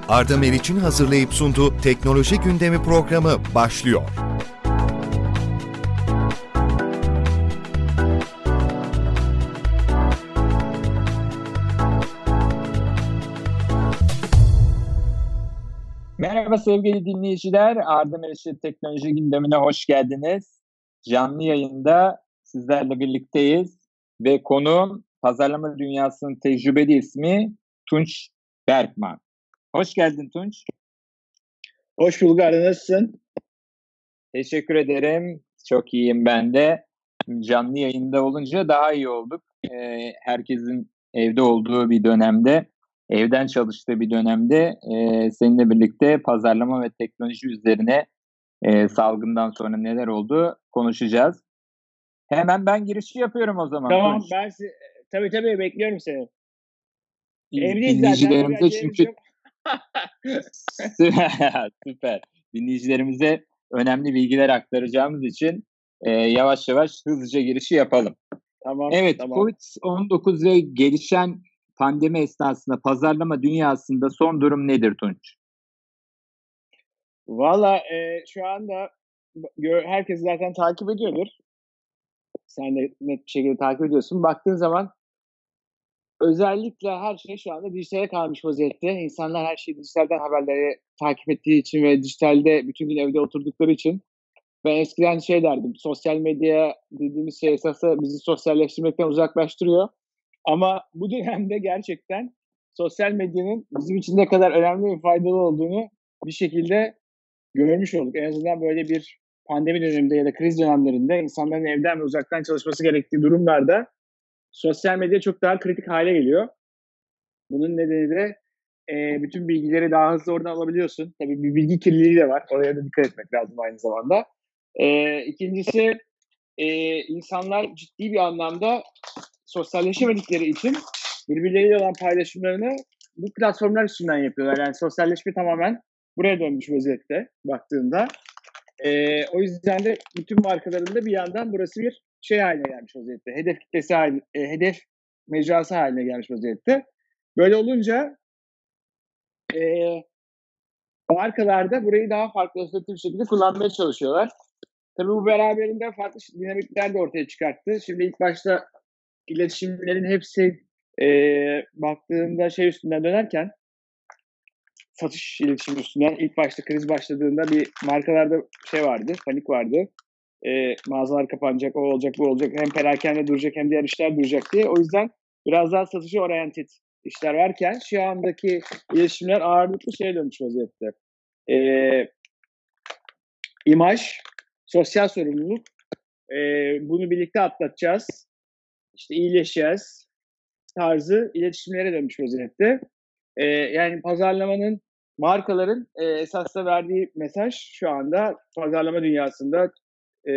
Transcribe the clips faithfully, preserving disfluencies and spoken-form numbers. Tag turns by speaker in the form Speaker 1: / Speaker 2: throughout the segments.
Speaker 1: Arda Meriç'in hazırlayıp sunduğu Teknoloji Gündemi programı başlıyor.
Speaker 2: Merhaba sevgili dinleyiciler, Arda Meriç'in Teknoloji Gündemi'ne hoş geldiniz. Canlı yayında sizlerle birlikteyiz ve konuğum pazarlama dünyasının tecrübeli ismi Tunç Berkman. Hoş geldin Tunç.
Speaker 3: Hoş bulduk Arda, nasılsın?
Speaker 2: Teşekkür ederim, çok iyiyim ben de. Canlı yayında olunca daha iyi olduk. Ee, herkesin evde olduğu bir dönemde, evden çalıştığı bir dönemde e, seninle birlikte pazarlama ve teknoloji üzerine e, salgından sonra neler oldu konuşacağız. Hemen ben girişi yapıyorum o zaman.
Speaker 3: Tamam,
Speaker 2: Tunç.
Speaker 3: ben si- tabii tabii bekliyorum seni.
Speaker 2: Din-
Speaker 3: Evdeyiz zaten.
Speaker 2: Dinleyicilerimize
Speaker 3: bir acelemiz
Speaker 2: çünkü
Speaker 3: yok.
Speaker 2: süper. Dinleyicilerimize önemli bilgiler aktaracağımız için e, yavaş yavaş hızlıca girişi yapalım.
Speaker 3: Tamam,
Speaker 2: Evet,
Speaker 3: tamam.
Speaker 2: covid on dokuz ve gelişen pandemi esnasında pazarlama dünyasında son durum nedir Tunç?
Speaker 3: Valla e, şu anda gö- herkes zaten takip ediyordur. Sen de net bir şekilde takip ediyorsun. Baktığın zaman özellikle her şey şu anda dijitale kalmış vaziyette. İnsanlar her şeyi dijitalden haberleri takip ettiği için ve dijitalde bütün gün evde oturdukları için. Ben eskiden şey derdim, sosyal medya dediğimiz şey esasında bizi sosyalleştirmekten uzaklaştırıyor. Ama bu dönemde gerçekten sosyal medyanın bizim için ne kadar önemli ve faydalı olduğunu bir şekilde görmüş olduk. En azından böyle bir pandemi döneminde ya da kriz dönemlerinde insanların evden ve uzaktan çalışması gerektiği durumlarda sosyal medya çok daha kritik hale geliyor. Bunun nedeni de e, bütün bilgileri daha hızlı oradan alabiliyorsun. Tabii bir bilgi kirliliği de var. Oraya da dikkat etmek lazım aynı zamanda. E, ikincisi e, insanlar ciddi bir anlamda sosyalleşemedikleri için birbirleriyle olan paylaşımlarını bu platformlar üstünden yapıyorlar. Yani sosyalleşme tamamen buraya dönmüş vaziyette baktığında. E, o yüzden de bütün markaların da bir yandan burası bir şey haline gelmiş vaziyette. Hedef kitlesi haline, e, hedef mecrası haline gelmiş vaziyette. Böyle olunca e, markalar da burayı daha farklı, efektif bir şekilde kullanmaya çalışıyorlar. Tabii bu beraberinde farklı dinamikler de ortaya çıkarttı. Şimdi ilk başta iletişimlerin hepsi e, baktığında şey üstünden dönerken, satış iletişimi üstünden ilk başta kriz başladığında bir markalarda şey vardı, panik vardı. E, mağazalar kapanacak, o olacak, bu olacak. Hem perakende duracak hem diğer işler duracak diye. O yüzden biraz daha satışa oryanted işler varken şu andaki iletişimler ağırlıklı şeye dönmüş vaziyette. E, imaj, sosyal sorumluluk, e, bunu birlikte atlatacağız, işte iyileşeceğiz tarzı iletişimlere dönmüş vaziyette. E, yani pazarlamanın, markaların e, esasla verdiği mesaj şu anda pazarlama dünyasında e,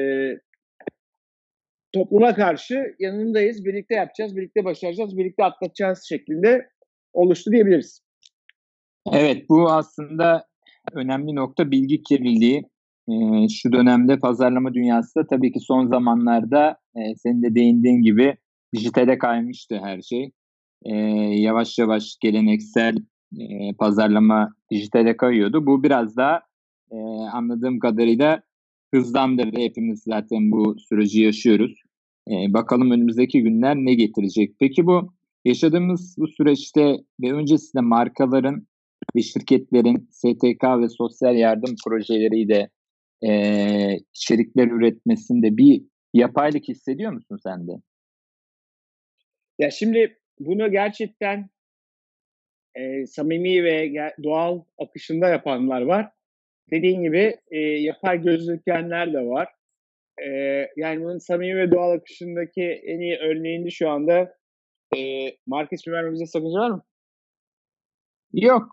Speaker 3: topluma karşı yanındayız, birlikte yapacağız, birlikte başaracağız, birlikte atlatacağız şeklinde oluştu diyebiliriz.
Speaker 2: Evet, bu aslında önemli nokta bilgi kirliliği. Ee, şu dönemde pazarlama dünyası da tabii ki son zamanlarda e, senin de değindiğin gibi dijitale kaymıştı her şey. Ee, yavaş yavaş geleneksel e, pazarlama dijitale kayıyordu. Bu biraz daha e, anladığım kadarıyla hızlandırdı. Hepimiz zaten bu süreci yaşıyoruz. E, bakalım önümüzdeki günler ne getirecek. Peki bu yaşadığımız bu süreçte ve öncesinde markaların ve şirketlerin S T K ve sosyal yardım projeleriyle e, içerikler üretmesinde bir yapaylık hissediyor musun sen de?
Speaker 3: Ya şimdi bunu gerçekten e, samimi ve ger- doğal akışında yapanlar var. Dediğin gibi e, yapay gözükenler de var. E, yani bunun samimi ve doğal akışındaki en iyi örneğini şu anda e, marka ismi vermemize sakınca var mı?
Speaker 2: Yok.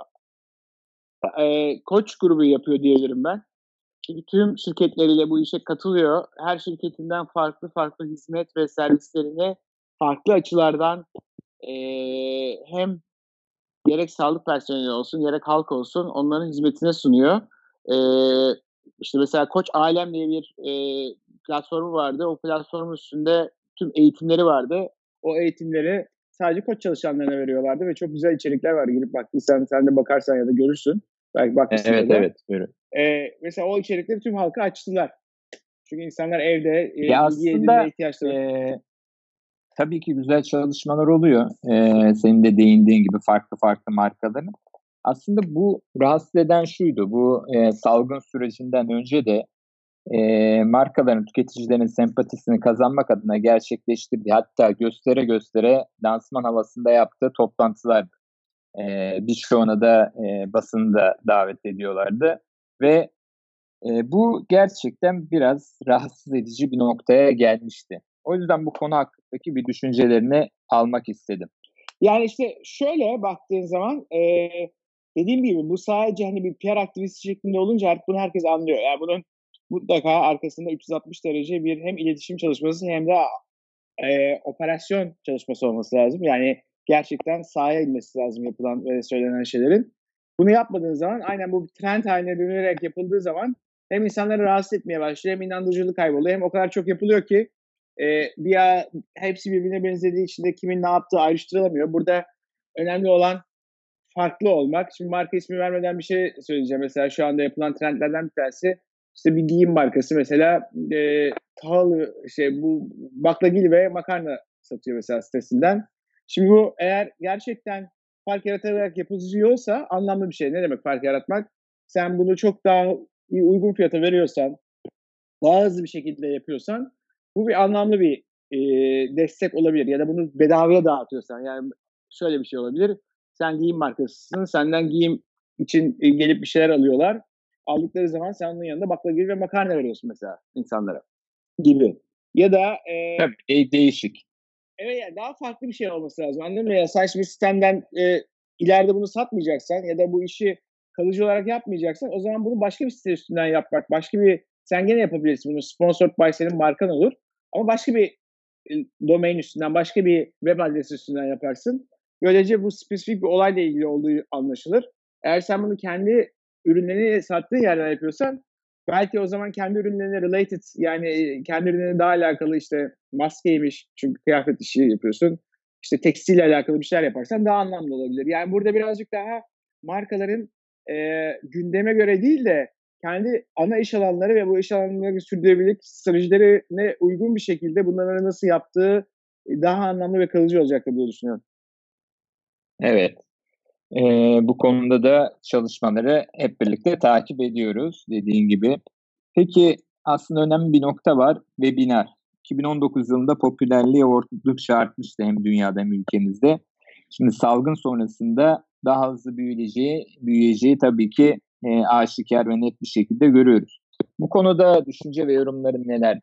Speaker 3: E, Koç grubu yapıyor diyebilirim ben. Çünkü tüm şirketleriyle bu işe katılıyor. Her şirketinden farklı farklı hizmet ve servislerini farklı açılardan e, hem gerek sağlık personeli olsun, gerek halk olsun onların hizmetine sunuyor. E, işte mesela Koç Alem diye bir e, platformu vardı. O platformun üstünde tüm eğitimleri vardı. O eğitimleri sadece koç çalışanlarına veriyorlardı ve çok güzel içerikler var. Girip baktıysan, sen de bakarsan ya da görürsün. Belki bakmışsın
Speaker 2: Evet,
Speaker 3: da.
Speaker 2: evet. Görüyorum.
Speaker 3: Ee, mesela o içerikleri tüm halka açtılar. Çünkü insanlar evde e,
Speaker 2: Ya
Speaker 3: bilgi edinme
Speaker 2: aslında
Speaker 3: ihtiyaçları.
Speaker 2: e, tabii ki güzel çalışmalar oluyor. E, senin de değindiğin gibi farklı farklı markaların. Aslında bu rahatsız eden şuydu. Bu e, salgın sürecinden önce de e, markaların, tüketicilerin sempatisini kazanmak adına gerçekleştirdiği, hatta göstere göstere lansman havasında yaptığı toplantılar. E, birçoğuna da e, basını da davet ediyorlardı. Ve e, bu gerçekten biraz rahatsız edici bir noktaya gelmişti. O yüzden bu konu hakkındaki bir düşüncelerini almak istedim.
Speaker 3: Yani işte şöyle baktığın zaman e, dediğim gibi bu sadece hani bir P R aktivisti şeklinde olunca artık bunu herkes anlıyor. Yani bunun mutlaka arkasında üç yüz altmış derece bir hem iletişim çalışması hem de e, operasyon çalışması olması lazım. Yani gerçekten sahaya inmesi lazım yapılan ve söylenen şeylerin. Bunu yapmadığın zaman aynen bu bir trend haline dönülerek yapıldığı zaman hem insanları rahatsız etmeye başlıyor hem inandırıcılık kayboluyor hem o kadar çok yapılıyor ki e, bir ya, hepsi birbirine benzediği için de kimin ne yaptığı ayrıştırılamıyor. Burada önemli olan farklı olmak. Şimdi marka ismi vermeden bir şey söyleyeceğim. Mesela şu anda yapılan trendlerden bir tanesi işte bir giyim markası mesela e, pahalı şey bu baklagil ve makarna satıyor mesela sitesinden. Şimdi bu eğer gerçekten fark yaratarak yapılıyorsa anlamlı bir şey. Ne demek fark yaratmak? Sen bunu çok daha iyi, uygun fiyata veriyorsan, daha hızlı bir şekilde yapıyorsan bu bir anlamlı bir e, destek olabilir. Ya da bunu bedavaya dağıtıyorsan yani şöyle bir şey olabilir. Sen giyim markasısın, senden giyim için e, gelip bir şeyler alıyorlar. Aldıkları zaman sen onun yanında baklagil ve makarna veriyorsun mesela insanlara gibi. Ya da e,
Speaker 2: Tabii de- değişik.
Speaker 3: evet yani daha farklı bir şey olması lazım. Anladın mı? Ya sen şimdi sistemden e, ileride bunu satmayacaksan ya da bu işi kalıcı olarak yapmayacaksan o zaman bunu başka bir site üstünden yapmak, başka bir sen gene yapabilirsin bunu. Sponsored by senin markan olur. Ama başka bir e, domain üstünden, başka bir web adresi üstünden yaparsın. Böylece bu spesifik bir olayla ilgili olduğu anlaşılır. Eğer sen bunu kendi ürünlerini sattığın yerden yapıyorsan belki o zaman kendi ürünlerine related yani e, kendi ürünlerine daha alakalı işte maskeymiş çünkü kıyafet işi yapıyorsun. İşte tekstille alakalı bir şeyler yaparsan daha anlamlı olabilir. Yani burada birazcık daha markaların e, gündeme göre değil de kendi ana iş alanları ve bu iş alanlarındaki sürdürülebilirlik stratejilerine uygun bir şekilde bunları nasıl yaptığı daha anlamlı ve kalıcı olacaktır diye düşünüyorum.
Speaker 2: Evet. E, bu konuda da çalışmaları hep birlikte takip ediyoruz dediğin gibi. Peki aslında önemli bir nokta var. Webinar. iki bin on dokuz yılında popülerliği oldukça artmıştı hem dünyada hem ülkemizde. Şimdi salgın sonrasında daha hızlı büyüyeceği, büyüyeceği tabii ki e, aşikar ve net bir şekilde görüyoruz. Bu konuda düşünce ve yorumların neler?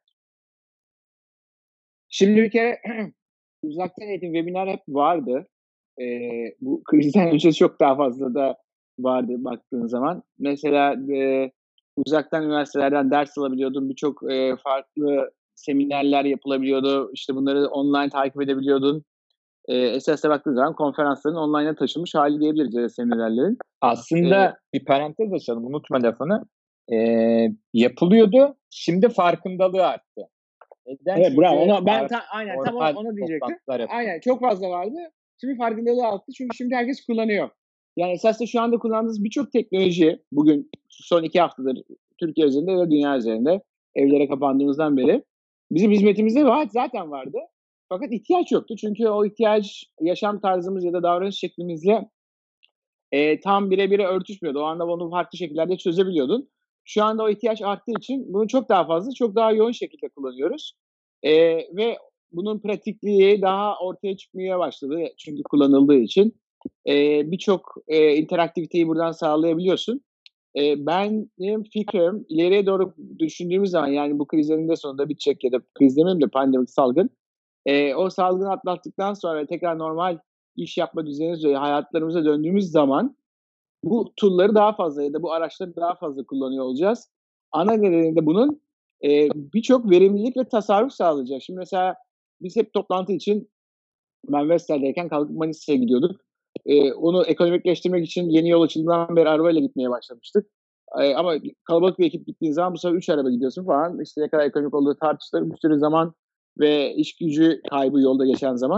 Speaker 3: Şimdi bir kere uzaktan eğitim webinar hep vardı. Ee, bu krizden önce çok daha fazla da vardı baktığın zaman. Mesela e, uzaktan üniversitelerden ders alabiliyordun. Birçok e, farklı seminerler yapılabiliyordu. İşte bunları online takip edebiliyordun. E, esasına baktığın zaman konferansların online'a taşınmış hali diyebiliriz ya da seminerlerin.
Speaker 2: Aslında
Speaker 3: Ee,
Speaker 2: bir parantez açalım, unutma lafını. E, yapılıyordu, şimdi farkındalığı arttı. Neden?
Speaker 3: Evet bravo.
Speaker 2: Çünkü
Speaker 3: Ona, ben
Speaker 2: artık
Speaker 3: ta, aynen tam
Speaker 2: normal
Speaker 3: onu diyecektim.
Speaker 2: toplantılar yapılıyor.
Speaker 3: Aynen çok fazla vardı. Şimdi farkındalığı arttı çünkü şimdi herkes kullanıyor. Yani esasında şu anda kullandığımız birçok teknoloji bugün son iki haftadır Türkiye üzerinde ve dünya üzerinde evlere kapandığımızdan beri bizim hizmetimizde var, zaten vardı. Fakat ihtiyaç yoktu. Çünkü o ihtiyaç yaşam tarzımız ya da davranış şeklimizle e, tam birebir örtüşmüyordu. O anda onu farklı şekillerde çözebiliyordun. Şu anda o ihtiyaç arttığı için bunu çok daha fazla, çok daha yoğun şekilde kullanıyoruz. E, ve bunun pratikliği daha ortaya çıkmaya başladı çünkü kullanıldığı için. E, Birçok e, interaktiviteyi buradan sağlayabiliyorsun. E, benim fikrim ileriye doğru düşündüğümüz zaman yani bu krizlerin de sonunda bitecek ya da kriz demeyeyim de pandemik salgın. E, o salgını atlattıktan sonra tekrar normal iş yapma düzenimize ve hayatlarımıza döndüğümüz zaman bu tool'ları daha fazla ya da bu araçları daha fazla kullanıyor olacağız. Ana nedeni de bunun e, birçok verimlilik ve tasarruf sağlayacak. Şimdi mesela biz hep toplantı için ben Vestel'deyken kalkıp Manisa'ya gidiyorduk. E, onu ekonomikleştirmek için yeni yol açıldığından beri arabayla gitmeye başlamıştık. E, ama kalabalık bir ekip gittiğin zaman bu sefer üç araba gidiyorsun falan. İşte ne kadar ekonomik olduğu tartışılır. Bir sürü zaman ve iş gücü kaybı yolda geçen zaman.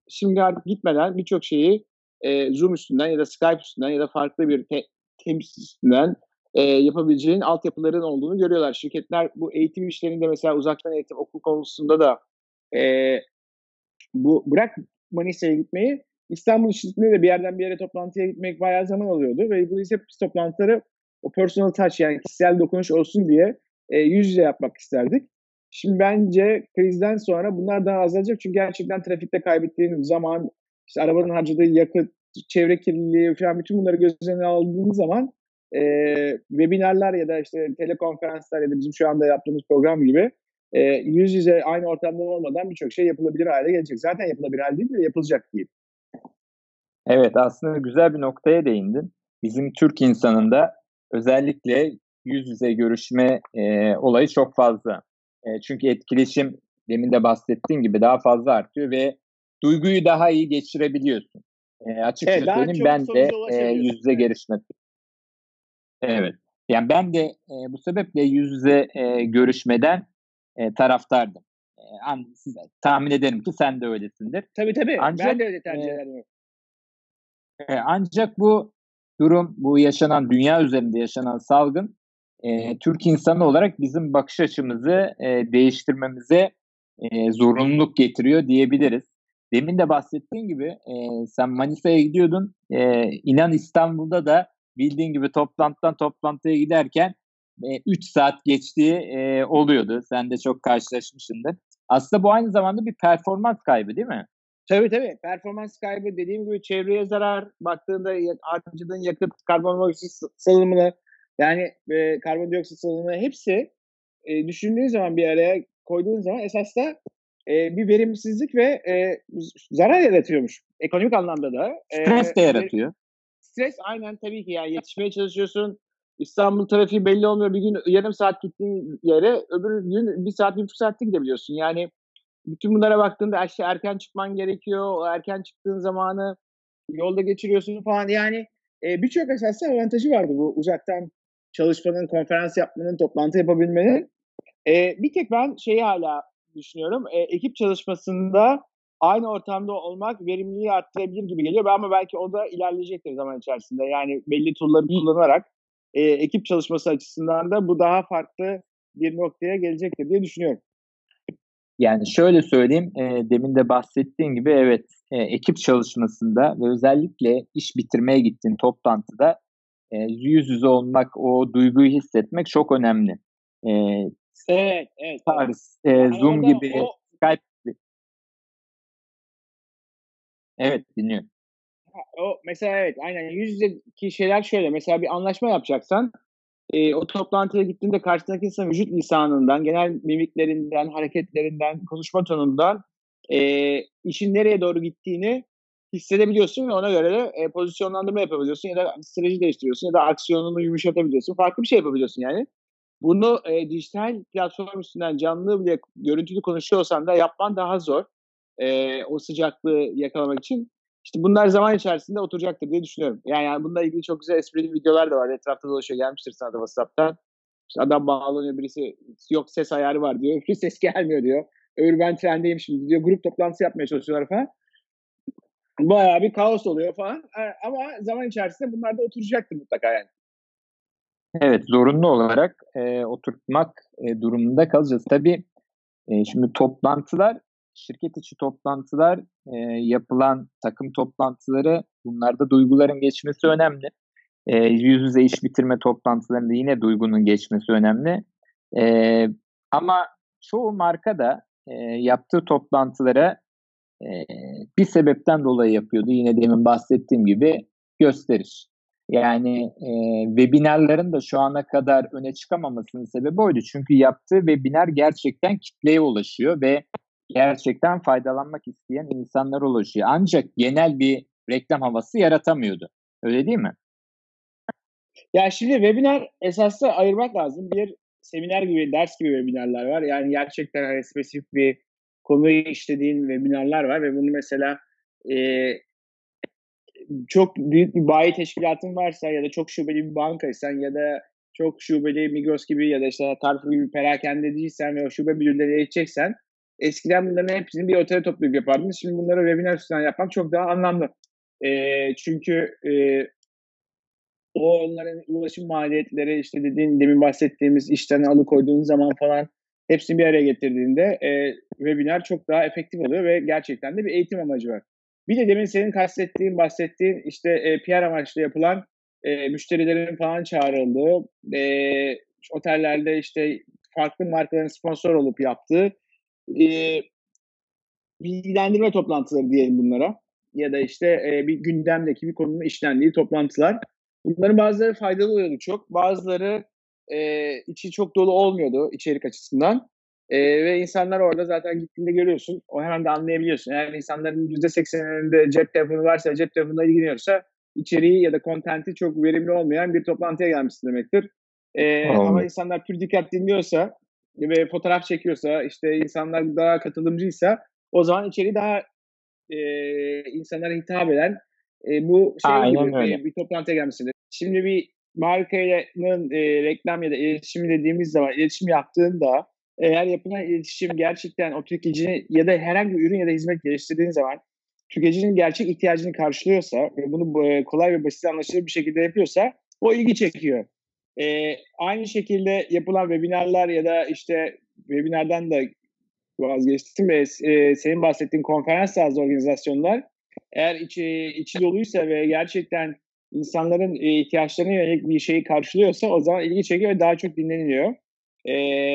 Speaker 3: şimdi artık gitmeden birçok şeyi e, Zoom üstünden ya da Skype üstünden ya da farklı bir te- Teams üstünden e, yapabileceğin altyapıların olduğunu görüyorlar. Şirketler bu eğitim işlerinde mesela uzaktan eğitim okul konusunda da e, bu bırak Manisa'ya gitmeyi, İstanbul içinde de bir yerden bir yere toplantıya gitmek bayağı zaman alıyordu ve bu ise biz toplantıları o personal touch yani kişisel dokunuş olsun diye e, yüz yüze yapmak isterdik. Şimdi bence krizden sonra bunlar daha azalacak çünkü gerçekten trafikte kaybettiğin zaman, işte arabanın harcadığı yakıt, çevre kirliliği falan bütün bunları göz önüne aldığın zaman e, webinarlar ya da işte telekonferanslar ya da bizim şu anda yaptığımız program gibi e, yüz yüze aynı ortamda olmadan birçok şey yapılabilir hale gelecek. Zaten yapılabilir hale değil de yapılacak diyeyim.
Speaker 2: Evet, aslında güzel bir noktaya değindin. Bizim Türk insanında özellikle yüz yüze görüşme e, olayı çok fazla. E, çünkü etkileşim demin de bahsettiğin gibi daha fazla artıyor ve duyguyu daha iyi geçirebiliyorsun. E, açıkça
Speaker 3: Evet, daha
Speaker 2: söyleyeyim,
Speaker 3: çabuk
Speaker 2: ben de
Speaker 3: sonuca
Speaker 2: e, yüz
Speaker 3: ulaşabiliyorsun.
Speaker 2: yüze
Speaker 3: Evet.
Speaker 2: görüşme. Evet. Yani ben de e, bu sebeple yüz yüze e, görüşmeden e, taraftardım. E, an, siz, tahmin ederim ki sen de öylesindir.
Speaker 3: Tabii tabii.
Speaker 2: Ancak
Speaker 3: Ben de öyle tercih
Speaker 2: e,
Speaker 3: ederim.
Speaker 2: e, ancak bu durum, bu yaşanan dünya üzerinde yaşanan salgın e, Türk insanı olarak bizim bakış açımızı e, değiştirmemize e, zorunluluk getiriyor diyebiliriz. Demin de bahsettiğin gibi e, sen Manisa'ya gidiyordun. E, inan İstanbul'da da bildiğin gibi toplantıdan toplantıya giderken üç saat geçtiği e, oluyordu. Sen de çok karşılaşmışsındır. Aslında bu aynı zamanda bir performans kaybı değil mi?
Speaker 3: Tabii tabii. Performans kaybı dediğim gibi çevreye zarar. Baktığında harcadığın yakıt, karbondioksit salınımını yani e, karbondioksit salınımı hepsi e, düşündüğün zaman bir araya koyduğun zaman esas da e, bir verimsizlik ve e, zarar yaratıyormuş. Ekonomik anlamda da. E,
Speaker 2: Stres de
Speaker 3: ve
Speaker 2: yaratıyor.
Speaker 3: stres aynen tabii ki yani yetişmeye çalışıyorsun. İstanbul trafiği belli olmuyor. Bir gün yarım saat gittiğin yere öbür gün bir saat, bir buçuk saatte gidebiliyorsun. Yani bütün bunlara baktığında işte erken çıkman gerekiyor. O erken çıktığın zamanı yolda geçiriyorsun falan. Yani e, birçok esaslı avantajı vardı bu uzaktan çalışmanın, konferans yapmanın, toplantı yapabilmenin. E, bir tek ben şeyi hala düşünüyorum. E, ekip çalışmasında aynı ortamda olmak verimliliği arttırabilir gibi geliyor. Ama belki o da ilerleyecektir zaman içerisinde. Yani belli tool'ları kullanarak e, ekip çalışması açısından da bu daha farklı bir noktaya gelecektir diye düşünüyorum.
Speaker 2: Yani şöyle söyleyeyim, e, demin de bahsettiğin gibi evet, e, ekip çalışmasında ve özellikle iş bitirmeye gittiğin toplantıda e, yüz yüze olmak, o duyguyu hissetmek çok önemli. E,
Speaker 3: Evet, evet, evet.
Speaker 2: Tarz, e,
Speaker 3: Yani
Speaker 2: Zoom
Speaker 3: orada
Speaker 2: gibi,
Speaker 3: o
Speaker 2: Skype gibi. Evet, dinliyorum.
Speaker 3: o mesela evet aynen yüz yüzeki şeyler şöyle mesela bir anlaşma yapacaksan e, o toplantıya gittiğinde karşındaki insanın vücut lisanından, genel mimiklerinden, hareketlerinden, konuşma tonundan e, işin nereye doğru gittiğini hissedebiliyorsun ve ona göre de e, pozisyonlandırma yapabiliyorsun ya da strateji değiştiriyorsun ya da aksiyonunu yumuşatabiliyorsun. Farklı bir şey yapabiliyorsun yani. Bunu e, dijital platform üstünden canlı bile görüntülü konuşuyorsan da yapman daha zor. E, o sıcaklığı yakalamak için. İşte bunlar zaman içerisinde oturacaktır diye düşünüyorum. Yani, yani bununla ilgili çok güzel esprili videolar da var. Etrafta dolaşıyor. Gelmiştir sana da WhatsApp'tan. İşte adam bağlanıyor, birisi yok ses ayarı var diyor. Öbürü ses gelmiyor diyor. Öbürü ben trendeyim şimdi diyor. Grup toplantısı yapmaya çalışıyorlar falan. Bayağı bir kaos oluyor falan. Ama zaman içerisinde bunlar da oturacaktır mutlaka yani.
Speaker 2: Evet, zorunlu olarak e, oturtmak e, durumunda kalacağız. Tabii e, şimdi toplantılar, şirket içi toplantılar, e, yapılan takım toplantıları, bunlarda duyguların geçmesi önemli. E, yüz yüze iş bitirme toplantılarında yine duygunun geçmesi önemli. E, Ama çoğu marka da e, yaptığı toplantılara e, bir sebepten dolayı yapıyordu. Yine demin bahsettiğim gibi gösteriş. Yani e, webinarların da şu ana kadar öne çıkamamasının sebebi oydu. Çünkü yaptığı webinar gerçekten kitleye ulaşıyor ve gerçekten faydalanmak isteyen insanlara ulaşıyor. Ancak genel bir reklam havası yaratamıyordu. Öyle değil mi?
Speaker 3: Ya şimdi webinar esasında ayırmak lazım. Bir seminer gibi, ders gibi webinarlar var. Yani gerçekten hani spesifik bir konuyu işlediğin webinarlar var ve bunu mesela e, çok büyük bir bayi teşkilatın varsa ya da çok şubeli bir bankaysan ya da çok şubeli Migros gibi ya da işte Carrefour gibi bir perakendeciysen ve o şube müdürleriyle edeceksen eskiden bunların hepsini bir otele toplayıp yapardınız. Şimdi bunları webinar üstünden yapmak çok daha anlamlı. Ee, çünkü e, o onların ulaşım maliyetleri, işte dediğin, demin bahsettiğimiz işten alıkoyduğun zaman falan hepsini bir araya getirdiğinde e, webinar çok daha efektif oluyor ve gerçekten de bir eğitim amacı var. Bir de demin senin kastettiğin, bahsettiğin işte e, P R amaçlı yapılan e, müşterilerin falan çağrıldığı, e, otellerde işte farklı markaların sponsor olup yaptığı e, bilgilendirme toplantıları diyelim bunlara. Ya da işte e, bir gündemdeki bir konunun işlendiği toplantılar. Bunların bazıları faydalı oluyordu çok. Bazıları e, içi çok dolu olmuyordu içerik açısından. E, ve insanlar orada zaten gittiğinde görüyorsun. O hemen de anlayabiliyorsun. Eğer insanların yüzde sekseninde cep telefonu varsa, cep telefonuna ilgileniyorsa içeriği ya da kontenti çok verimli olmayan bir toplantıya gelmişsin demektir. E, ama insanlar pür dikkat dinliyorsa ve fotoğraf çekiyorsa, işte insanlar daha katılımcıysa o zaman içeriği daha e, insanlara hitap eden e, bu şey
Speaker 2: Aynen
Speaker 3: gibi
Speaker 2: öyle.
Speaker 3: bir, bir toplantıya gelmişsindir. Şimdi bir markanın e, reklam ya da iletişimi dediğimiz zaman iletişim yaptığında eğer yapılan iletişim gerçekten o tüketicinin ya da herhangi bir ürün ya da hizmet geliştirdiğin zaman tüketicinin gerçek ihtiyacını karşılıyorsa ve bunu e, kolay ve basit anlaşılır bir şekilde yapıyorsa o ilgi çekiyor. E, aynı şekilde yapılan webinarlar ya da işte webinardan da vazgeçtim ve e, senin bahsettiğin konferans tarzı organizasyonlar eğer içi, içi doluysa ve gerçekten insanların e, ihtiyaçlarına yönelik bir şeyi karşılıyorsa o zaman ilgi çekiyor ve daha çok dinleniliyor. E,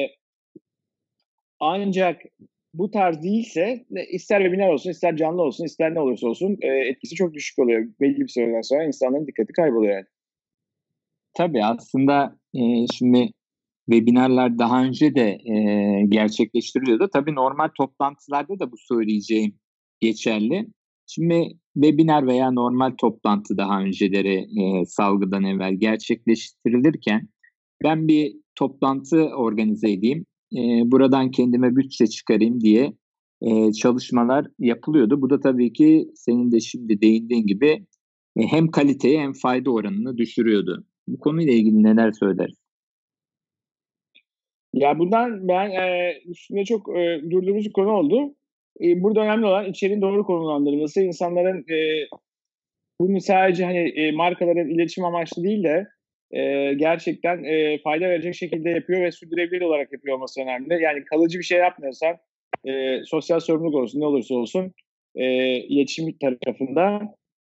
Speaker 3: ancak bu tarz değilse ister webinar olsun, ister canlı olsun, ister ne olursa olsun e, etkisi çok düşük oluyor. Belli bir süreden sonra insanların dikkati kayboluyor yani.
Speaker 2: Tabii aslında e, şimdi webinarlar daha önce de e, gerçekleştiriliyordu. Tabii normal toplantılarda da bu söyleyeceğim geçerli. Şimdi webinar veya normal toplantı daha önceleri e, salgıdan evvel gerçekleştirilirken ben bir toplantı organize edeyim, e, buradan kendime bütçe çıkarayım diye e, çalışmalar yapılıyordu. Bu da tabii ki senin de şimdi değindiğin gibi e, hem kaliteyi hem fayda oranını düşürüyordu. Bu konuyla ilgili neler söylersin?
Speaker 3: Ya bundan ben e, üstünde çok e, durduğumuz bir konu oldu. E, burada önemli olan içeriğin doğru konumlandırılması. İnsanların e, bunu sadece hani e, markaların iletişim amaçlı değil de e, gerçekten e, fayda verecek şekilde yapıyor ve sürdürülebilir olarak yapıyor olması önemli. Yani kalıcı bir şey yapmıyorsan e, sosyal sorumluluk olsun ne olursa olsun e, iletişim tarafında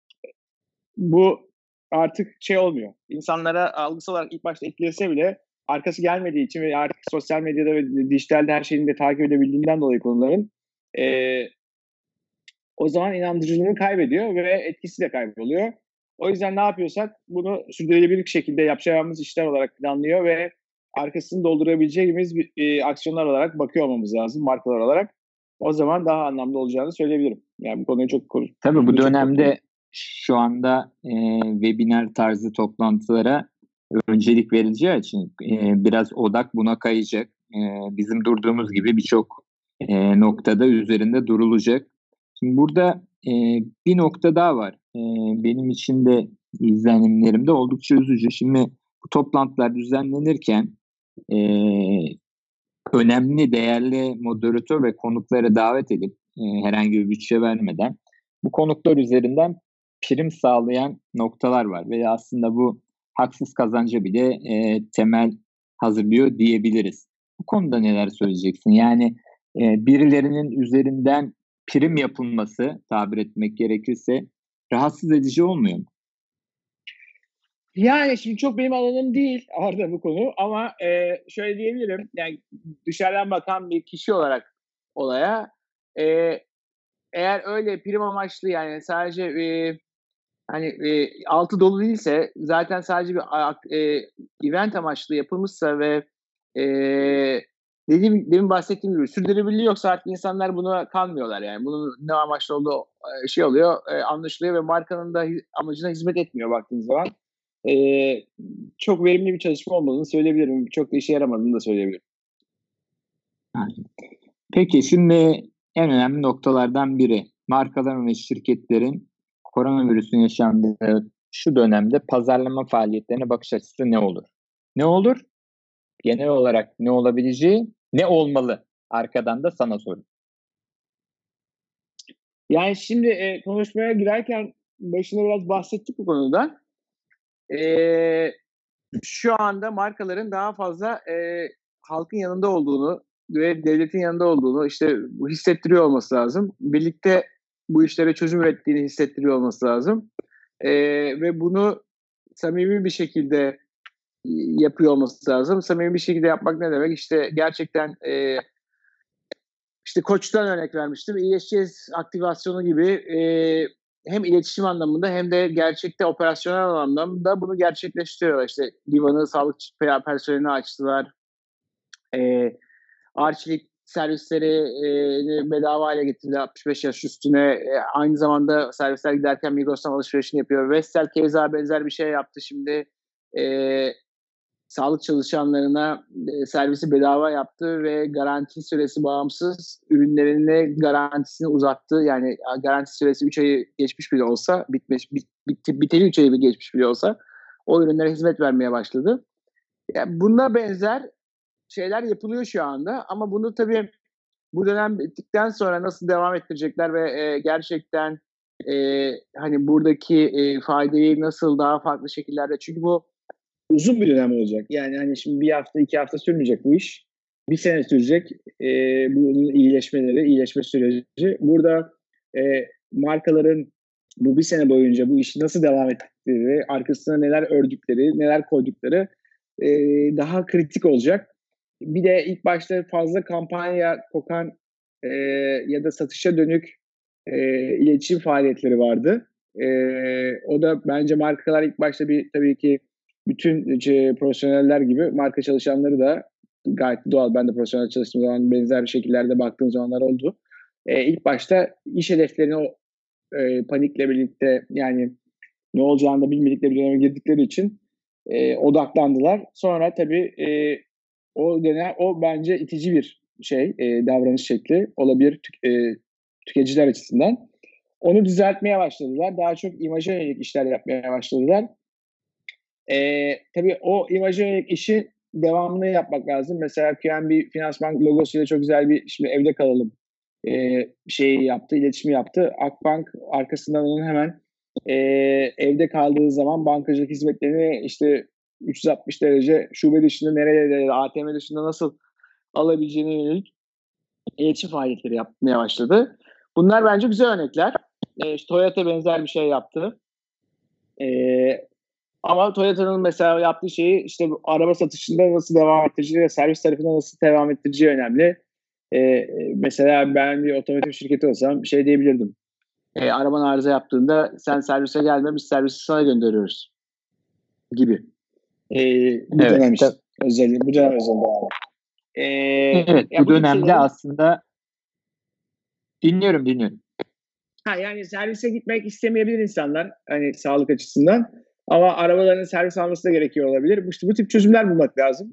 Speaker 3: bu artık şey olmuyor. İnsanlara algısal olarak ilk başta etkilese bile arkası gelmediği için ve artık sosyal medyada ve dijitalde her şeyini de takip edebildiğinden dolayı konuların e, o zaman inandırıcılığını kaybediyor ve etkisi de kayboluyor. O yüzden ne yapıyorsak bunu sürdürülebilir şekilde yapacağımız işler olarak planlıyor ve arkasını doldurabileceğimiz bir, e, aksiyonlar olarak bakıyor olmamız lazım markalar olarak. O zaman daha anlamlı olacağını söyleyebilirim. Yani bu konuyu çok konuştuk.
Speaker 2: Tabii bu dönemde şu anda e, webinar tarzı toplantılara öncelik verileceği için e, biraz odak buna kayacak. E, bizim durduğumuz gibi birçok e, noktada üzerinde durulacak. Şimdi burada e, bir nokta daha var. E, benim için de izlenimlerimde oldukça üzücü. Şimdi bu toplantılar düzenlenirken e, önemli, değerli moderatör ve konukları davet edip e, herhangi bir bütçe vermeden bu konuklar üzerinden prim sağlayan noktalar var ve aslında bu haksız kazanca bile e, temel hazırlıyor diyebiliriz. Bu konuda neler söyleyeceksin? Yani e, birilerinin üzerinden prim yapılması, tabir etmek gerekirse, rahatsız edici olmuyor mu?
Speaker 3: Yani şimdi çok benim alanım değil Arda bu konu ama e, şöyle diyebilirim. Yani dışarıdan bakan bir kişi olarak olaya e, eğer öyle prim amaçlı yani sadece e, hani e, altı dolu değilse zaten sadece bir e, event amaçlı yapılmışsa ve e, dediğim demin bahsettiğim gibi sürdürülebilirliği yoksa artık insanlar buna kalmıyorlar yani. Bunun ne amaçlı olduğu e, şey oluyor, e, anlaşılıyor ve markanın da amacına hizmet etmiyor baktığınız zaman. E, çok verimli bir çalışma olmadığını söyleyebilirim. Çok da işe yaramadığını da söyleyebilirim.
Speaker 2: Peki şimdi en önemli noktalardan biri markaların ve şirketlerin koronavirüsün yaşandığı şu dönemde pazarlama faaliyetlerine bakış açısı ne olur? Ne olur? Genel olarak ne olabileceği, ne olmalı? Arkadan da sana sorayım.
Speaker 3: Yani şimdi e, konuşmaya girerken başında biraz bahsettik bu konudan. E, şu anda markaların daha fazla e, halkın yanında olduğunu ve devletin yanında olduğunu işte bu hissettiriyor olması lazım. Birlikte bu işlere çözüm ürettiğini hissettiriyor olması lazım. E, ve bunu samimi bir şekilde yapıyor olması lazım. Samimi bir şekilde yapmak ne demek? İşte gerçekten e, işte Koç'tan örnek vermiştim. İyileşeceğiz aktivasyonu gibi e, hem iletişim anlamında hem de gerçekte operasyonel anlamda bunu gerçekleştiriyorlar. İşte Divan'ı sağlık personeline açtılar. E, Arçelik servisleri e, bedava hale getirdi altmış beş yaş üstüne. E, aynı zamanda servisler giderken Migros'tan alışverişini yapıyor. Vestel keza benzer bir şey yaptı şimdi. E, sağlık çalışanlarına e, servisi bedava yaptı ve garanti süresi bağımsız ürünlerine garantisini uzattı. Yani garanti süresi üç ayı geçmiş bile olsa, bitmiş, bit, bit, biteli üç ayı geçmiş bile olsa o ürünlere hizmet vermeye başladı. Yani buna benzer şeyler yapılıyor şu anda ama bunu tabii bu dönem bittikten sonra nasıl devam ettirecekler ve e, gerçekten e, hani buradaki e, faydayı nasıl daha farklı şekillerde, çünkü bu uzun bir dönem olacak. Yani hani şimdi bir hafta iki hafta sürmeyecek bu iş. Bir sene sürecek e, bunun iyileşmeleri, iyileşme süreci. Burada e, markaların bu bir sene boyunca bu işi nasıl devam ettikleri, arkasına neler ördükleri, neler koydukları e, daha kritik olacak. Bir de ilk başta fazla kampanya kokan e, ya da satışa dönük e, iletişim faaliyetleri vardı. E, o da bence markalar ilk başta bir tabii ki bütün e, profesyoneller gibi marka çalışanları da gayet doğal. Ben de profesyonel çalıştığım zaman benzer bir şekillerde baktığım zamanlar oldu. E, ilk başta iş hedeflerini o e, panikle birlikte, yani ne olacağını da bilmedikleri bir döneme girdikleri için e, odaklandılar. Sonra tabii e, o dönem o bence itici bir şey, e, davranış şekli olabilir tük, e, tüketiciler açısından. Onu düzeltmeye başladılar. Daha çok imaja yönelik işler yapmaya başladılar. E, tabii o imaja yönelik işi devamını yapmak lazım. Mesela Q N B Finansbank logosuyla çok güzel bir şimdi evde kalalım e, şeyi yaptı, iletişimi yaptı. Akbank arkasından onun hemen e, evde kaldığı zaman bankacılık hizmetlerini işte üç yüz altmış derece şube dışında nereye, A T M dışında nasıl alabileceğine yönelik iletişim faaliyetleri yapmaya başladı. Bunlar bence güzel örnekler. E, işte Toyota benzer bir şey yaptı. E, ama Toyota'nın mesela yaptığı şeyi işte araba satışında nasıl devam ettireceği ve servis tarafında nasıl devam ettireceği önemli. E, mesela ben bir otomotiv şirketi olsam şey diyebilirdim. E, araban arıza yaptığında sen servise gelme, biz servisi sana gönderiyoruz gibi. E, bu
Speaker 2: evet,
Speaker 3: dönem işte. Özellikle bu dönem özelinde.
Speaker 2: E, evet, bu, bu dönemde şeyleri... aslında dinliyorum, dinliyorum.
Speaker 3: Ha, yani servise gitmek istemeyebilir insanlar hani sağlık açısından. Ama arabaların servis alması da gerekiyor olabilir. İşte bu tip çözümler bulmak lazım.